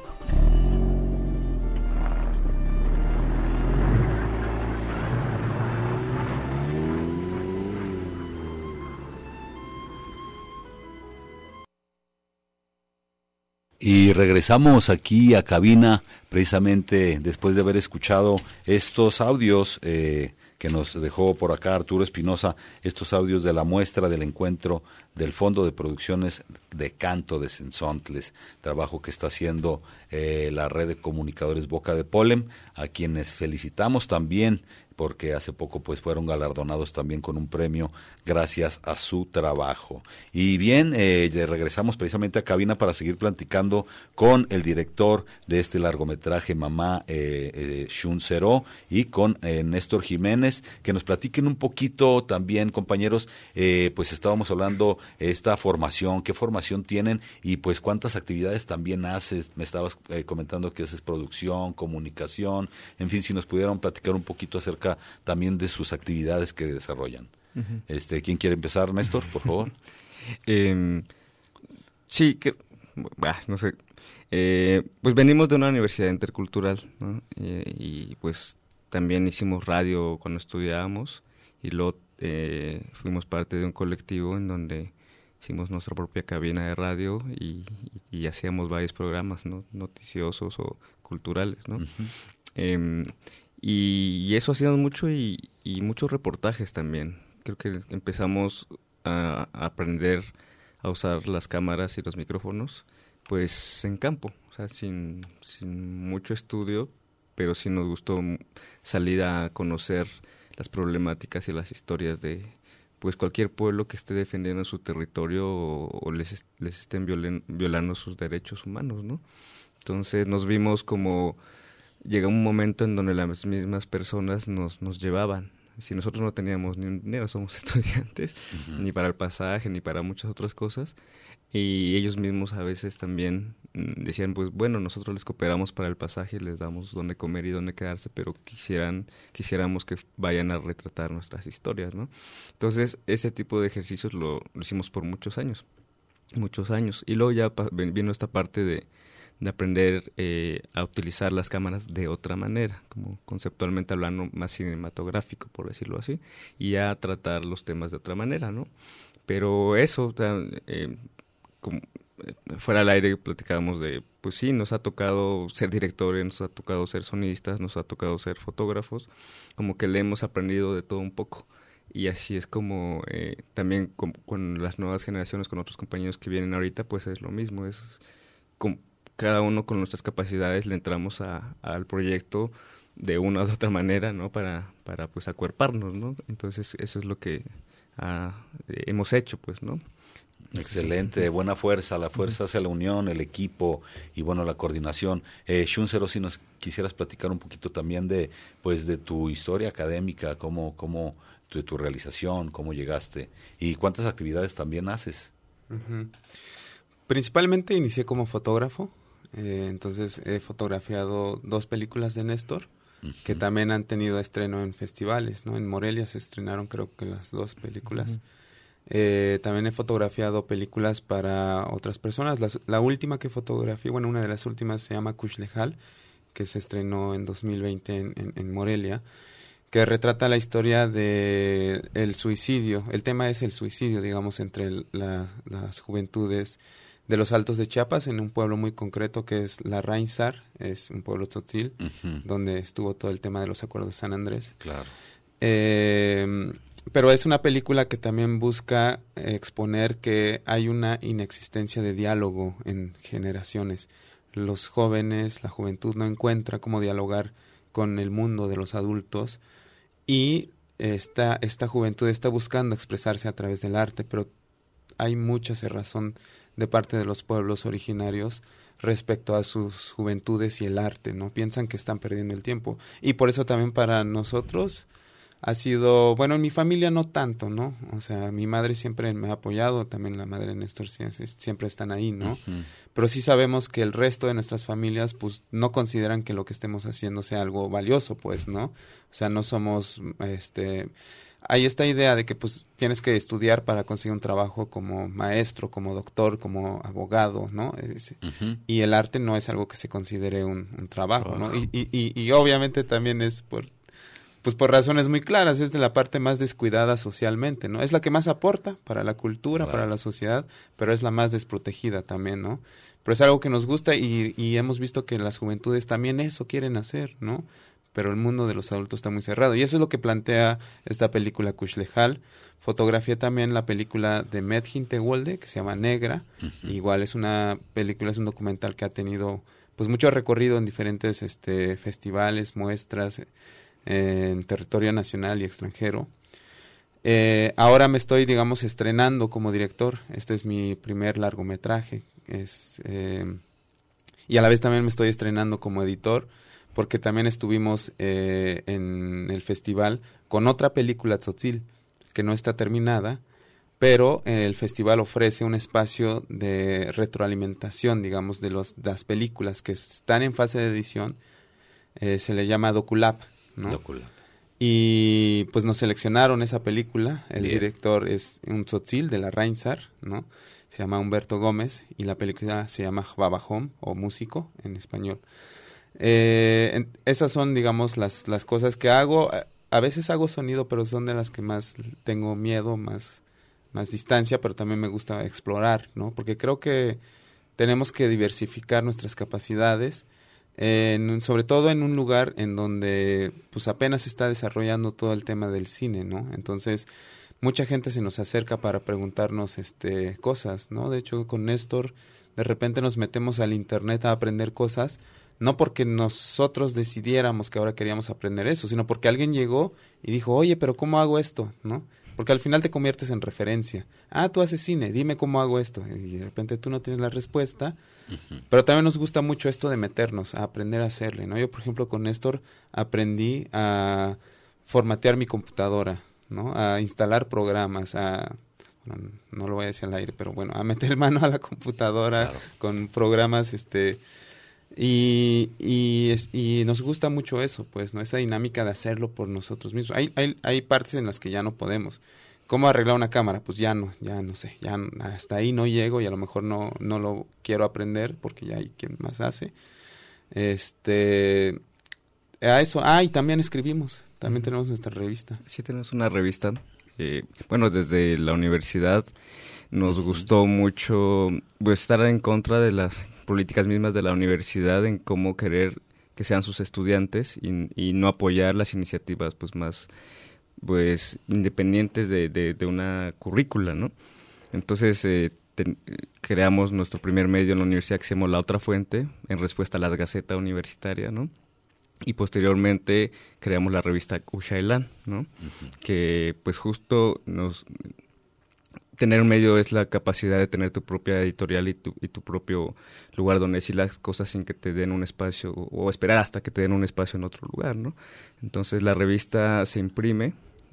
Y regresamos aquí a cabina precisamente después de haber escuchado estos audios eh, que nos dejó por acá Arturo Espinosa, estos audios de la muestra del encuentro del Fondo de Producciones de Canto de Sensontles, trabajo que está haciendo eh, la red de comunicadores Boca de Polem, a quienes felicitamos también porque hace poco pues fueron galardonados también con un premio gracias a su trabajo. Y bien, eh, regresamos precisamente a cabina para seguir platicando con el director de este largometraje Mamá, eh, eh, Shun Ceró, y con eh, Néstor Jiménez, que nos platiquen un poquito también, compañeros, eh, pues estábamos hablando esta formación, qué formación tienen y pues cuántas actividades también haces. Me estabas eh, comentando que haces producción, comunicación, en fin, si nos pudieran platicar un poquito acerca también de sus actividades que desarrollan. Uh-huh. Este, ¿quién quiere empezar, Néstor, por favor? eh, sí, que, bah, no sé. Eh, pues venimos de una universidad intercultural, ¿no? Eh, y pues también hicimos radio cuando estudiábamos y luego eh, fuimos parte de un colectivo en donde hicimos nuestra propia cabina de radio y, y, y hacíamos varios programas, ¿no? Noticiosos o culturales, ¿no? Uh-huh. Eh, Y, y eso hacíamos mucho y, y muchos reportajes también. Creo que empezamos a, a aprender a usar las cámaras y los micrófonos pues en campo, o sea, sin, sin mucho estudio, pero sí nos gustó salir a conocer las problemáticas y las historias de pues cualquier pueblo que esté defendiendo su territorio o, o les, les estén violen, violando sus derechos humanos, ¿no? Entonces nos vimos como... Llega un momento en donde las mismas personas nos, nos llevaban. Si nosotros no teníamos ni un dinero, somos estudiantes, uh-huh. ni para el pasaje, ni para muchas otras cosas. Y ellos mismos a veces también decían, pues bueno, nosotros les cooperamos para el pasaje, les damos dónde comer y dónde quedarse, pero quisieran quisiéramos que vayan a retratar nuestras historias, ¿no? Entonces, ese tipo de ejercicios lo, lo hicimos por muchos años, muchos años. Y luego ya vino esta parte de... de aprender eh, a utilizar las cámaras de otra manera, como conceptualmente hablando, más cinematográfico, por decirlo así, y a tratar los temas de otra manera, ¿no? Pero eso, o sea, eh, como, eh, fuera al aire platicábamos de, pues sí, nos ha tocado ser directores, nos ha tocado ser sonistas, nos ha tocado ser fotógrafos, como que le hemos aprendido de todo un poco. Y así es como eh, también con, con las nuevas generaciones, con otros compañeros que vienen ahorita, pues es lo mismo, es como cada uno con nuestras capacidades le entramos a, al proyecto de una u otra manera, ¿no? Para, para pues acuerparnos, ¿no? Entonces eso es lo que ah, hemos hecho, pues, ¿no? Excelente, buena fuerza, la fuerza hacia la unión, el equipo y bueno, la coordinación. Eh, Shun Ceró, si nos quisieras platicar un poquito también de, pues, de tu historia académica, cómo, cómo, de tu realización, cómo llegaste y cuántas actividades también haces. Uh-huh. Principalmente inicié como fotógrafo. Eh, entonces he fotografiado dos películas de Néstor, uh-huh. que también han tenido estreno en festivales, ¿no? En Morelia se estrenaron creo que las dos películas. Uh-huh. Eh, también he fotografiado películas para otras personas. Las, la última que fotografié, bueno, una de las últimas se llama Kuchlejal, que se estrenó en dos mil veinte en, en, en Morelia, que retrata la historia de el suicidio. El tema es el suicidio, digamos, entre el, la, las juventudes de los Altos de Chiapas, en un pueblo muy concreto que es La Rainsar, es un pueblo tzotzil, uh-huh. donde estuvo todo el tema de los acuerdos de San Andrés. Claro. Eh, pero es una película que también busca exponer que hay una inexistencia de diálogo en generaciones. Los jóvenes, la juventud no encuentra cómo dialogar con el mundo de los adultos y esta, esta juventud está buscando expresarse a través del arte, pero hay mucha cerrazón de parte de los pueblos originarios respecto a sus juventudes y el arte, ¿no? Piensan que están perdiendo el tiempo. Y por eso también para nosotros ha sido, bueno, en mi familia no tanto, ¿no? O sea, mi madre siempre me ha apoyado, también la madre de Néstor siempre están ahí, ¿no? Uh-huh. Pero sí sabemos que el resto de nuestras familias, pues, no consideran que lo que estemos haciendo sea algo valioso, pues, ¿no? O sea, no somos, este... Hay esta idea de que, pues, tienes que estudiar para conseguir un trabajo como maestro, como doctor, como abogado, ¿no? Es, uh-huh. Y el arte no es algo que se considere un, un trabajo, ¿no? Y, y, y, y obviamente también es por... Pues por razones muy claras, es de la parte más descuidada socialmente, ¿no? Es la que más aporta para la cultura, claro. para la sociedad, pero es la más desprotegida también, ¿no? Pero es algo que nos gusta y, y hemos visto que las juventudes también eso quieren hacer, ¿no? Pero el mundo de los adultos está muy cerrado. Y eso es lo que plantea esta película Kuxlejal. Fotografié también la película de Medhin Tewolde, que se llama Negra. Uh-huh. Igual es una película, es un documental que ha tenido pues mucho recorrido en diferentes este, festivales, muestras, en territorio nacional y extranjero. Eh, ahora me estoy, digamos, estrenando como director. Este es mi primer largometraje. Es, eh, y a la vez también me estoy estrenando como editor, porque también estuvimos eh, en el festival con otra película Tzotzil, que no está terminada, pero el festival ofrece un espacio de retroalimentación, digamos, de, los, de las películas que están en fase de edición. Eh, se le llama Doculab, ¿no? Doculab. Y pues nos seleccionaron esa película. El Bien. director es un tzotzil de la Reinsar, ¿no? Se llama Humberto Gómez y la película se llama Babajón o Músico en español. Eh, en, esas son, digamos, las, las cosas que hago. A, a veces hago sonido, pero son de las que más tengo miedo, más, más distancia, pero también me gusta explorar, ¿no? Porque creo que tenemos que diversificar nuestras capacidades. En, sobre todo en un lugar en donde pues apenas se está desarrollando todo el tema del cine, ¿no? Entonces mucha gente se nos acerca para preguntarnos este cosas, ¿no? De hecho con Néstor de repente nos metemos al internet a aprender cosas, no porque nosotros decidiéramos que ahora queríamos aprender eso, sino porque alguien llegó y dijo, oye, pero ¿cómo hago esto? ¿No? Porque al final te conviertes en referencia. Ah, tú haces cine, dime cómo hago esto. Y de repente tú no tienes la respuesta. Uh-huh. Pero también nos gusta mucho esto de meternos, a aprender a hacerle, ¿no? Yo, por ejemplo, con Néstor aprendí a formatear mi computadora, ¿no? A instalar programas, a... Bueno, no lo voy a decir al aire, pero bueno, a meter mano a la computadora claro. con programas, este... Y, y, es, y nos gusta mucho eso, pues, ¿no? Esa dinámica de hacerlo por nosotros mismos. Hay, hay, hay partes en las que ya no podemos. ¿Cómo arreglar una cámara? Pues ya no, ya no sé, ya hasta ahí no llego y a lo mejor no, no lo quiero aprender porque ya hay quien más hace. Este, a eso, ah, y también escribimos, también tenemos nuestra revista. Sí, tenemos una revista. Eh, bueno, desde la universidad nos gustó mucho pues, estar en contra de las políticas mismas de la universidad en cómo querer que sean sus estudiantes y, y no apoyar las iniciativas pues más pues independientes de, de, de una currícula, ¿no? Entonces eh, te, creamos nuestro primer medio en la universidad que se llama La Otra Fuente en respuesta a la Gaceta Universitaria, ¿no? Y posteriormente creamos la revista Uxailán, ¿no? Uh-huh. Que pues justo nos... Tener un medio es la capacidad de tener tu propia editorial y tu, y tu propio lugar donde decir las cosas sin que te den un espacio o, o esperar hasta que te den un espacio en otro lugar, ¿no? Entonces la revista se imprime,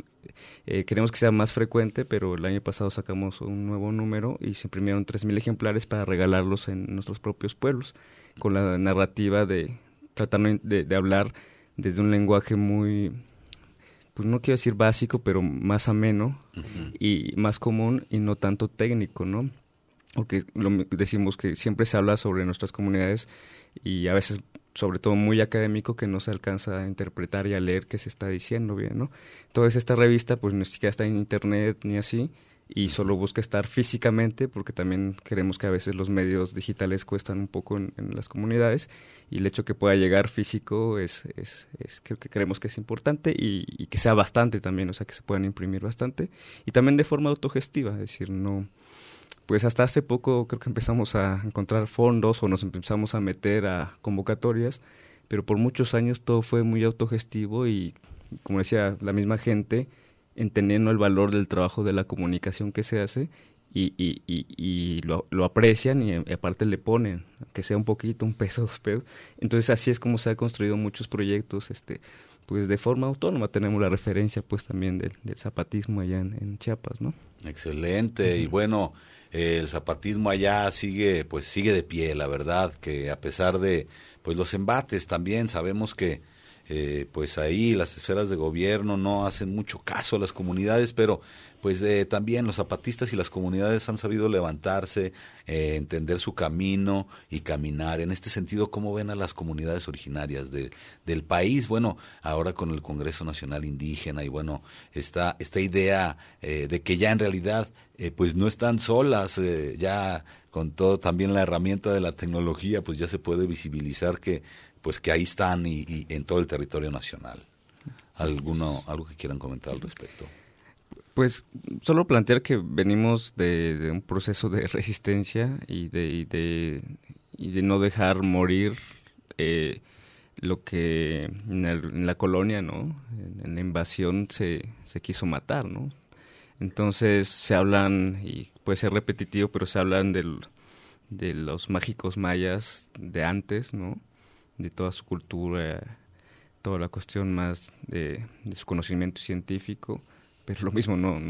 eh, queremos que sea más frecuente, pero el año pasado sacamos un nuevo número y se imprimieron tres mil ejemplares para regalarlos en nuestros propios pueblos, con la narrativa de tratando de, de hablar desde un lenguaje muy... pues no quiero decir básico, pero más ameno uh-huh. y más común y no tanto técnico, ¿no? Porque lo, decimos que siempre se habla sobre nuestras comunidades y a veces, sobre todo muy académico, que no se alcanza a interpretar y a leer qué se está diciendo bien, ¿no? Entonces esta revista pues ni siquiera está en internet ni así y solo busca estar físicamente porque también queremos que a veces los medios digitales cuestan un poco en, en las comunidades y el hecho que pueda llegar físico es, es, es creo que creemos que es importante y, y que sea bastante también, o sea que se puedan imprimir bastante y también de forma autogestiva, es decir, no, pues hasta hace poco creo que empezamos a encontrar fondos o nos empezamos a meter a convocatorias, pero por muchos años todo fue muy autogestivo y como decía la misma gente entendiendo el valor del trabajo de la comunicación que se hace y, y, y, y lo, lo aprecian y, y aparte le ponen, que sea un poquito, un peso, dos pesos. Entonces así es como se han construido muchos proyectos, este, pues de forma autónoma. Tenemos la referencia pues también del, del zapatismo allá en, en Chiapas, ¿no? Excelente. Uh-huh. Y bueno, eh, el zapatismo allá sigue, pues sigue de pie, la verdad, que a pesar de pues los embates también sabemos que eh, pues ahí las esferas de gobierno no hacen mucho caso a las comunidades, pero pues eh, también los zapatistas y las comunidades han sabido levantarse, eh, entender su camino y caminar. En este sentido, ¿cómo ven a las comunidades originarias de, del país? Bueno, ahora con el Congreso Nacional Indígena y bueno, esta, esta idea eh, de que ya en realidad eh, pues no están solas, eh, ya con todo también la herramienta de la tecnología, pues ya se puede visibilizar que pues que ahí están y, y en todo el territorio nacional. ¿Alguno, algo que quieran comentar al respecto? Pues solo plantear que venimos de, de un proceso de resistencia y de, y de, y de no dejar morir eh, lo que en, el, en la colonia, ¿no? En, en la invasión se, se quiso matar, ¿no? Entonces se hablan, y puede ser repetitivo, pero se hablan del, de los mágicos mayas de antes, ¿no? De toda su cultura, toda la cuestión más de, de su conocimiento científico. Pero lo mismo, no,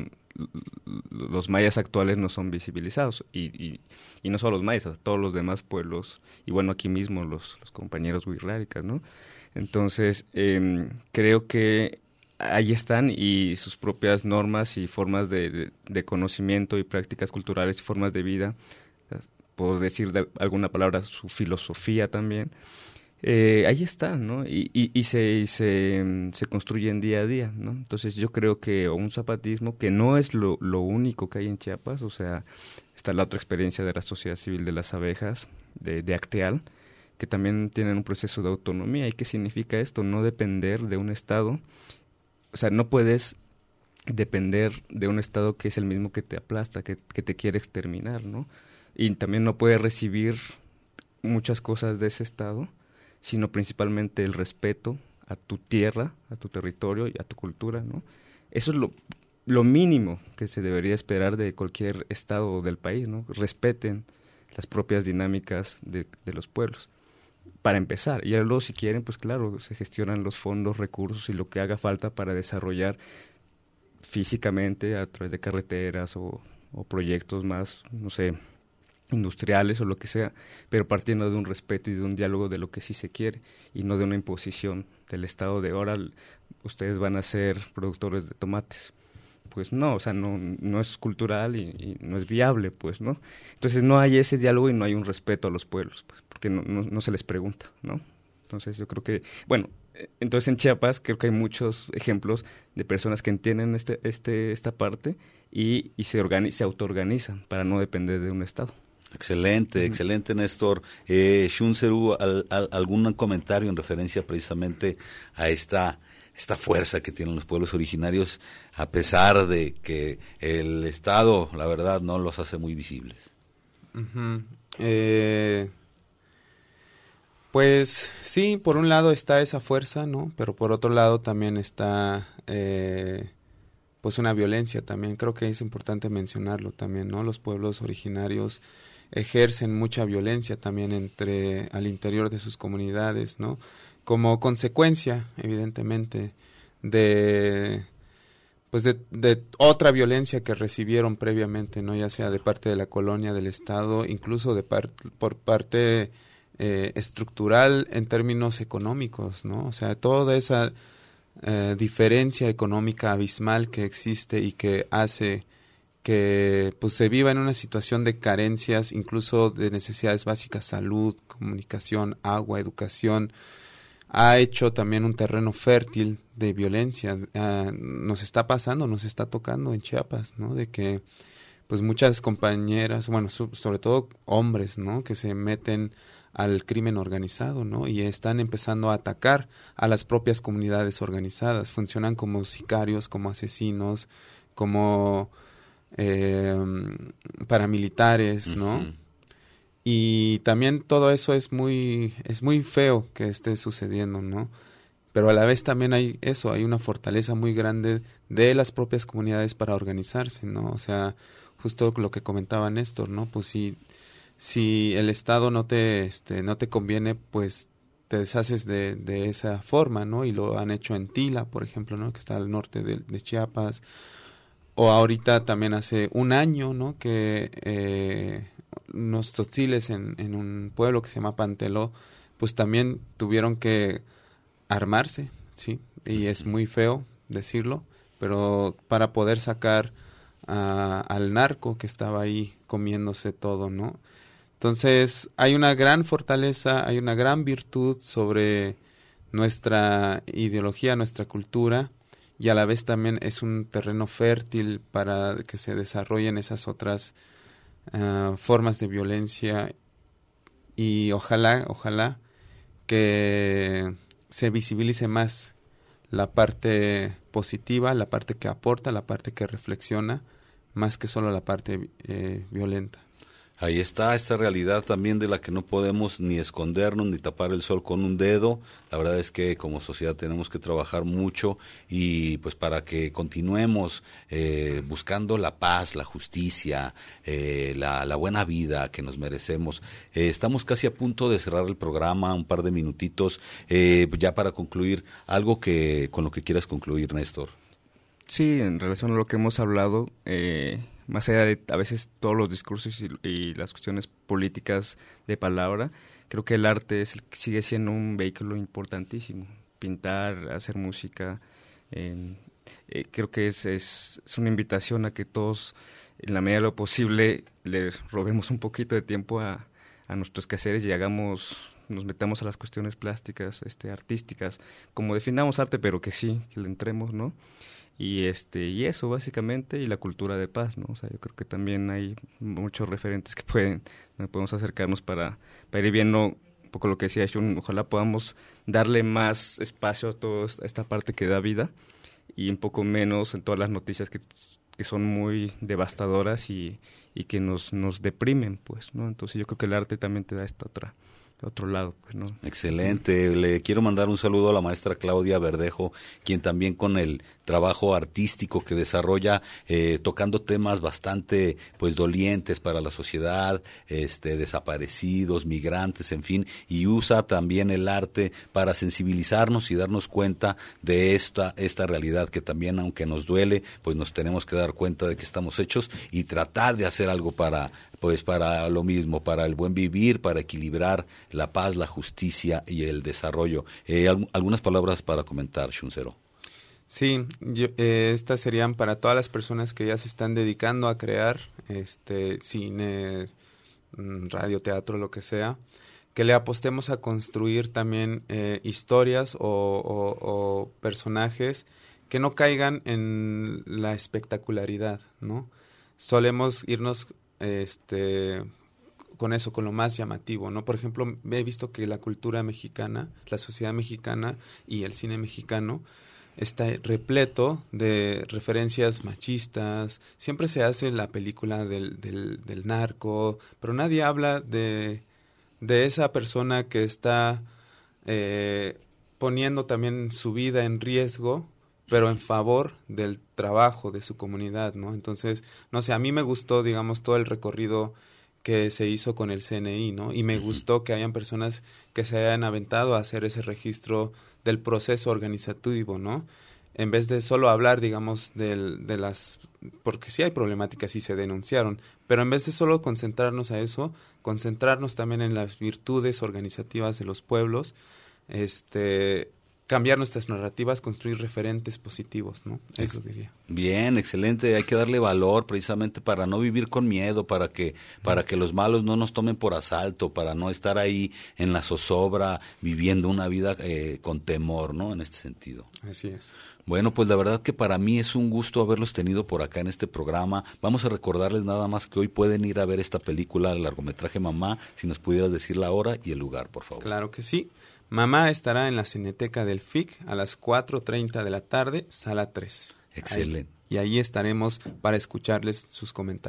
los mayas actuales no son visibilizados, y, y, y no solo los mayas, todos los demás pueblos, y bueno, aquí mismo los, los compañeros wixárikas, ¿no? Entonces, eh, creo que ahí están, y sus propias normas y formas de, de, de conocimiento y prácticas culturales y formas de vida, puedo decir de alguna palabra, su filosofía también, Eh, ahí está, ¿no? Y, y, y, se, y se, se construyen día a día, ¿no? Entonces yo creo que un zapatismo que no es lo, lo único que hay en Chiapas, o sea, está la otra experiencia de la sociedad civil de las abejas, de, de Acteal, que también tienen un proceso de autonomía. ¿Y qué significa esto? No depender de un Estado, o sea, no puedes depender de un Estado que es el mismo que te aplasta, que, que te quiere exterminar, ¿no? Y también no puedes recibir muchas cosas de ese Estado, sino principalmente el respeto a tu tierra, a tu territorio y a tu cultura, ¿no? Eso es lo, lo mínimo que se debería esperar de cualquier estado del país, ¿no? Respeten las propias dinámicas de, de los pueblos, para empezar. Y luego, si quieren, pues claro, se gestionan los fondos, recursos y lo que haga falta para desarrollar físicamente a través de carreteras o, o proyectos más, no sé, industriales o lo que sea, pero partiendo de un respeto y de un diálogo de lo que sí se quiere y no de una imposición del Estado de ahora ustedes van a ser productores de tomates. Pues no, o sea, no, no es cultural y, y no es viable, pues, ¿no? Entonces no hay ese diálogo y no hay un respeto a los pueblos, pues, porque no, no, no se les pregunta, ¿no? Entonces yo creo que, bueno, entonces en Chiapas creo que hay muchos ejemplos de personas que entienden este, este, esta parte y, y se, organi- se autoorganizan para no depender de un Estado. Excelente, uh-huh. excelente, Néstor. Eh, Shunseru, al, al, ¿algún comentario en referencia precisamente a esta, esta fuerza que tienen los pueblos originarios, a pesar de que el Estado, la verdad, no los hace muy visibles? Uh-huh. Eh, pues sí, por un lado está esa fuerza, ¿no? Pero por otro lado también está eh, pues una violencia también. Creo que es importante mencionarlo también, ¿no? Los pueblos originarios ejercen mucha violencia también entre al interior de sus comunidades, ¿no? Como consecuencia, evidentemente, de pues de, de otra violencia que recibieron previamente, ¿no? Ya sea de parte de la colonia, del Estado, incluso de par- por parte eh, estructural en términos económicos, ¿no? O sea, toda esa eh, diferencia económica abismal que existe y que hace que pues se viva en una situación de carencias, incluso de necesidades básicas, salud, comunicación, agua, educación, ha hecho también un terreno fértil de violencia. Uh, nos está pasando, nos está tocando en Chiapas, ¿no? De que pues muchas compañeras, bueno, su, sobre todo hombres, ¿no? Que se meten al crimen organizado, ¿no? Y están empezando a atacar a las propias comunidades organizadas. Funcionan como sicarios, como asesinos, como Eh, paramilitares, ¿no? Uh-huh. Y también todo eso es muy es muy feo que esté sucediendo, ¿no? Pero a la vez también hay eso, hay una fortaleza muy grande de las propias comunidades para organizarse, ¿no? O sea, justo lo que comentaba Néstor, ¿no? Pues si si el Estado no te este no te conviene, pues te deshaces de, de esa forma, ¿no? Y lo han hecho en Tila, por ejemplo, ¿no? Que está al norte de, de Chiapas. O ahorita también hace un año, ¿no? Que eh, unos tzotziles en, en un pueblo que se llama Panteló, pues también tuvieron que armarse, ¿sí? Y es muy feo decirlo, pero para poder sacar a, al narco que estaba ahí comiéndose todo, ¿no? Entonces, hay una gran fortaleza, hay una gran virtud sobre nuestra ideología, nuestra cultura, y a la vez también es un terreno fértil para que se desarrollen esas otras uh, formas de violencia, y ojalá, ojalá que se visibilice más la parte positiva, la parte que aporta, la parte que reflexiona, más que solo la parte eh, violenta. Ahí está esta realidad también de la que no podemos ni escondernos ni tapar el sol con un dedo. La verdad es que como sociedad tenemos que trabajar mucho y pues para que continuemos eh, buscando la paz, la justicia, eh, la, la buena vida que nos merecemos. Eh, estamos casi a punto de cerrar el programa, un par de minutitos, eh, ya para concluir, algo que con lo que quieras concluir, Néstor. Sí, en relación a lo que hemos hablado, eh, más allá de a veces todos los discursos y, y las cuestiones políticas de palabra, creo que el arte es el, sigue siendo un vehículo importantísimo. Pintar, hacer música, eh, eh, creo que es, es, es una invitación a que todos, en la medida de lo posible, le robemos un poquito de tiempo a, a nuestros quehaceres y hagamos, nos metamos a las cuestiones plásticas, este, artísticas, como definamos arte, pero que sí, que le entremos, ¿no? Y este y eso básicamente, y la cultura de paz, ¿no? O sea, yo creo que también hay muchos referentes que pueden, podemos acercarnos para, para ir viendo un poco lo que decía Shun. Ojalá podamos darle más espacio a toda esta parte que da vida y un poco menos en todas las noticias que, que son muy devastadoras y, y que nos, nos deprimen, pues, ¿no? Entonces yo creo que el arte también te da esta otra otro lado, pues, ¿no? Excelente. Le quiero mandar un saludo a la maestra Claudia Verdejo, quien también con el trabajo artístico que desarrolla, eh, tocando temas bastante pues dolientes para la sociedad, este desaparecidos, migrantes, en fin, y usa también el arte para sensibilizarnos y darnos cuenta de esta esta realidad que también, aunque nos duele, pues nos tenemos que dar cuenta de que estamos hechos y tratar de hacer algo para pues para lo mismo, para el buen vivir, para equilibrar la paz, la justicia y el desarrollo. Eh, algunas palabras para comentar, Shuncero. Sí, yo, eh, estas serían para todas las personas que ya se están dedicando a crear este cine, radio, teatro, lo que sea, que le apostemos a construir también eh, historias o, o, o personajes que no caigan en la espectacularidad, ¿no? Solemos irnos este con eso, con lo más llamativo, ¿no? Por ejemplo, he visto que la cultura mexicana, la sociedad mexicana y el cine mexicano está repleto de referencias machistas. Siempre se hace la película del, del, del narco, pero nadie habla de, de esa persona que está eh, poniendo también su vida en riesgo, pero en favor del trabajo de su comunidad, ¿no? Entonces, no sé, a mí me gustó, digamos, todo el recorrido que se hizo con el C N I, ¿no? Y me gustó que hayan personas que se hayan aventado a hacer ese registro del proceso organizativo, ¿no? En vez de solo hablar, digamos, del, de las... porque sí hay problemáticas y se denunciaron, pero en vez de solo concentrarnos a eso, concentrarnos también en las virtudes organizativas de los pueblos, este... cambiar nuestras narrativas, construir referentes positivos, ¿no? Eso diría. Bien, excelente. Hay que darle valor precisamente para no vivir con miedo, para que para que los malos no nos tomen por asalto, para no estar ahí en la zozobra viviendo una vida eh, con temor, ¿no? En este sentido. Así es. Bueno, pues la verdad que para mí es un gusto haberlos tenido por acá en este programa. Vamos a recordarles nada más que hoy pueden ir a ver esta película, el largometraje Mamá, si nos pudieras decir la hora y el lugar, por favor. Claro que sí. Mamá estará en la Cineteca del F I C a las cuatro treinta de la tarde, sala tres. Excelente. Ahí, y ahí estaremos para escucharles sus comentarios.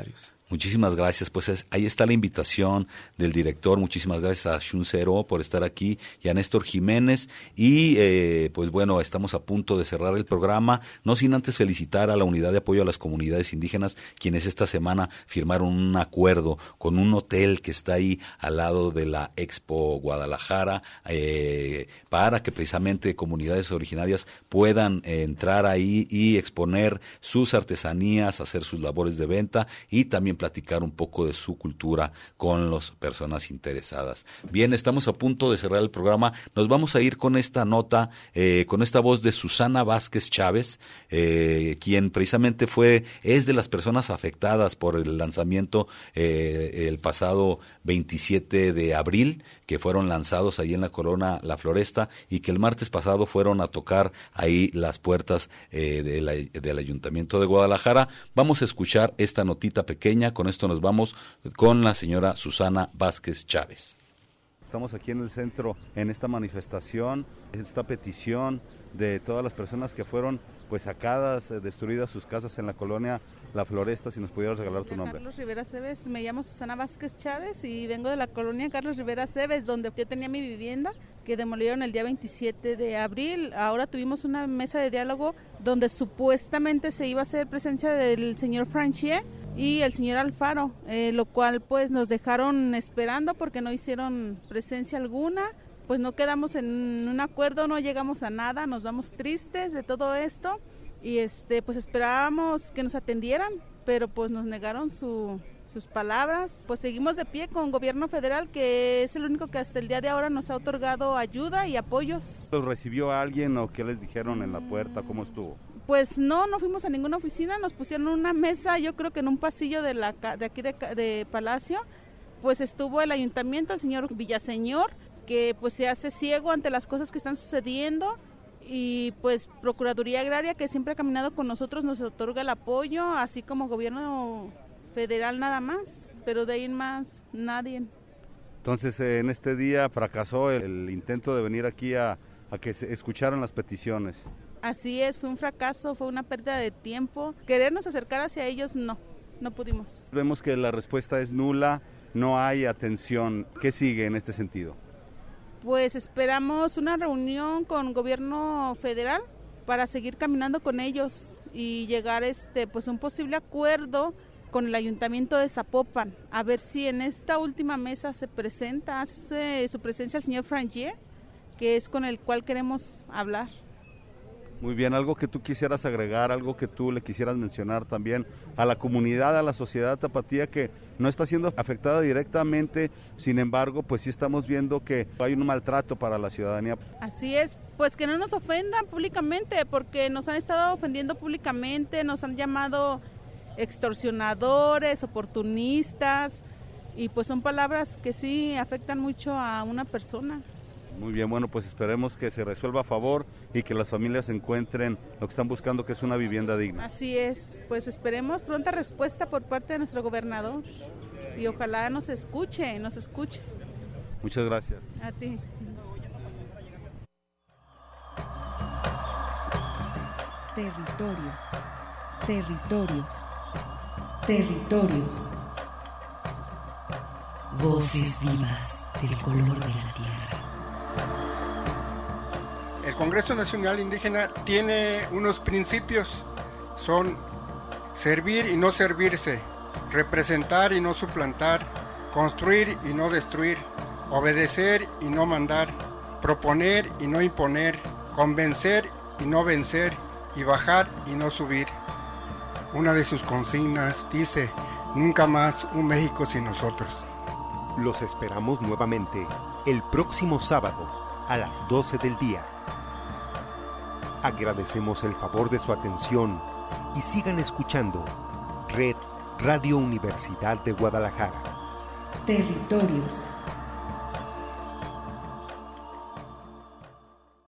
Muchísimas gracias, pues es, ahí está la invitación del director. Muchísimas gracias a Shun Cero por estar aquí y a Néstor Jiménez, y eh, pues bueno, estamos a punto de cerrar el programa, no sin antes felicitar a la Unidad de Apoyo a las Comunidades Indígenas, quienes esta semana firmaron un acuerdo con un hotel que está ahí al lado de la Expo Guadalajara, eh, para que precisamente comunidades originarias puedan eh, entrar ahí y exponer sus artesanías, hacer sus labores de venta y también platicar un poco de su cultura con las personas interesadas. Bien, estamos a punto de cerrar el programa. Nos vamos a ir con esta nota, eh, con esta voz de Susana Vázquez Chávez, eh, quien precisamente fue, es de las personas afectadas por el lanzamiento eh, el pasado veintisiete de abril, que fueron lanzados ahí en la Corona La Floresta, y que el martes pasado fueron a tocar ahí las puertas eh, de la, del Ayuntamiento de Guadalajara. Vamos a escuchar esta notita pequeña. Con esto nos vamos con la señora Susana Vázquez Chávez. Estamos aquí en el centro en esta manifestación, esta petición de todas las personas que fueron pues sacadas, eh, destruidas sus casas en la colonia La Floresta. Si nos pudieras regalar tu nombre. Carlos Rivera Cebes, me llamo Susana Vázquez Chávez y vengo de la colonia Carlos Rivera Cebes, donde yo tenía mi vivienda, que demolieron el día veintisiete de abril. Ahora tuvimos una mesa de diálogo donde supuestamente se iba a hacer presencia del señor Franchier y el señor Alfaro, eh, lo cual pues nos dejaron esperando porque no hicieron presencia alguna. Pues no quedamos en un acuerdo, no llegamos a nada, nos vamos tristes de todo esto y este pues esperábamos que nos atendieran, pero pues nos negaron su, sus palabras. Pues seguimos de pie con gobierno federal, que es el único que hasta el día de ahora nos ha otorgado ayuda y apoyos. ¿Los recibió alguien o qué les dijeron en la puerta? ¿Cómo estuvo? Pues no, no fuimos a ninguna oficina, nos pusieron una mesa, yo creo que en un pasillo de, la, de aquí de, de Palacio, pues estuvo el ayuntamiento, el señor Villaseñor, que pues se hace ciego ante las cosas que están sucediendo, y pues Procuraduría Agraria, que siempre ha caminado con nosotros, nos otorga el apoyo, así como gobierno federal nada más, pero de ahí en más nadie. Entonces eh, en este día fracasó el, el intento de venir aquí a, a que se escucharan las peticiones. Así es, fue un fracaso, fue una pérdida de tiempo. Querernos acercar hacia ellos, no, no pudimos. Vemos que la respuesta es nula, no hay atención. ¿Qué sigue en este sentido? Pues esperamos una reunión con gobierno federal para seguir caminando con ellos y llegar este pues a un posible acuerdo con el ayuntamiento de Zapopan, a ver si en esta última mesa se presenta, hace su presencia el señor Frangier, que es con el cual queremos hablar. Muy bien, algo que tú quisieras agregar, algo que tú le quisieras mencionar también a la comunidad, a la sociedad tapatía, que no está siendo afectada directamente, sin embargo, pues sí estamos viendo que hay un maltrato para la ciudadanía. Así es, pues que no nos ofendan públicamente, porque nos han estado ofendiendo públicamente, nos han llamado extorsionadores, oportunistas, y pues son palabras que sí afectan mucho a una persona. Muy bien, bueno, pues esperemos que se resuelva a favor y que las familias encuentren lo que están buscando, que es una vivienda digna. Así es, pues esperemos pronta respuesta por parte de nuestro gobernador y ojalá nos escuche, nos escuche. Muchas gracias. A ti. Territorios, territorios, territorios. Voces vivas del color de la tierra. El Congreso Nacional Indígena tiene unos principios, son servir y no servirse, representar y no suplantar, construir y no destruir, obedecer y no mandar, proponer y no imponer, convencer y no vencer, y bajar y no subir. Una de sus consignas dice, nunca más un México sin nosotros. Los esperamos nuevamente el próximo sábado a las doce del día. Agradecemos el favor de su atención y sigan escuchando Red Radio Universidad de Guadalajara. Territorios.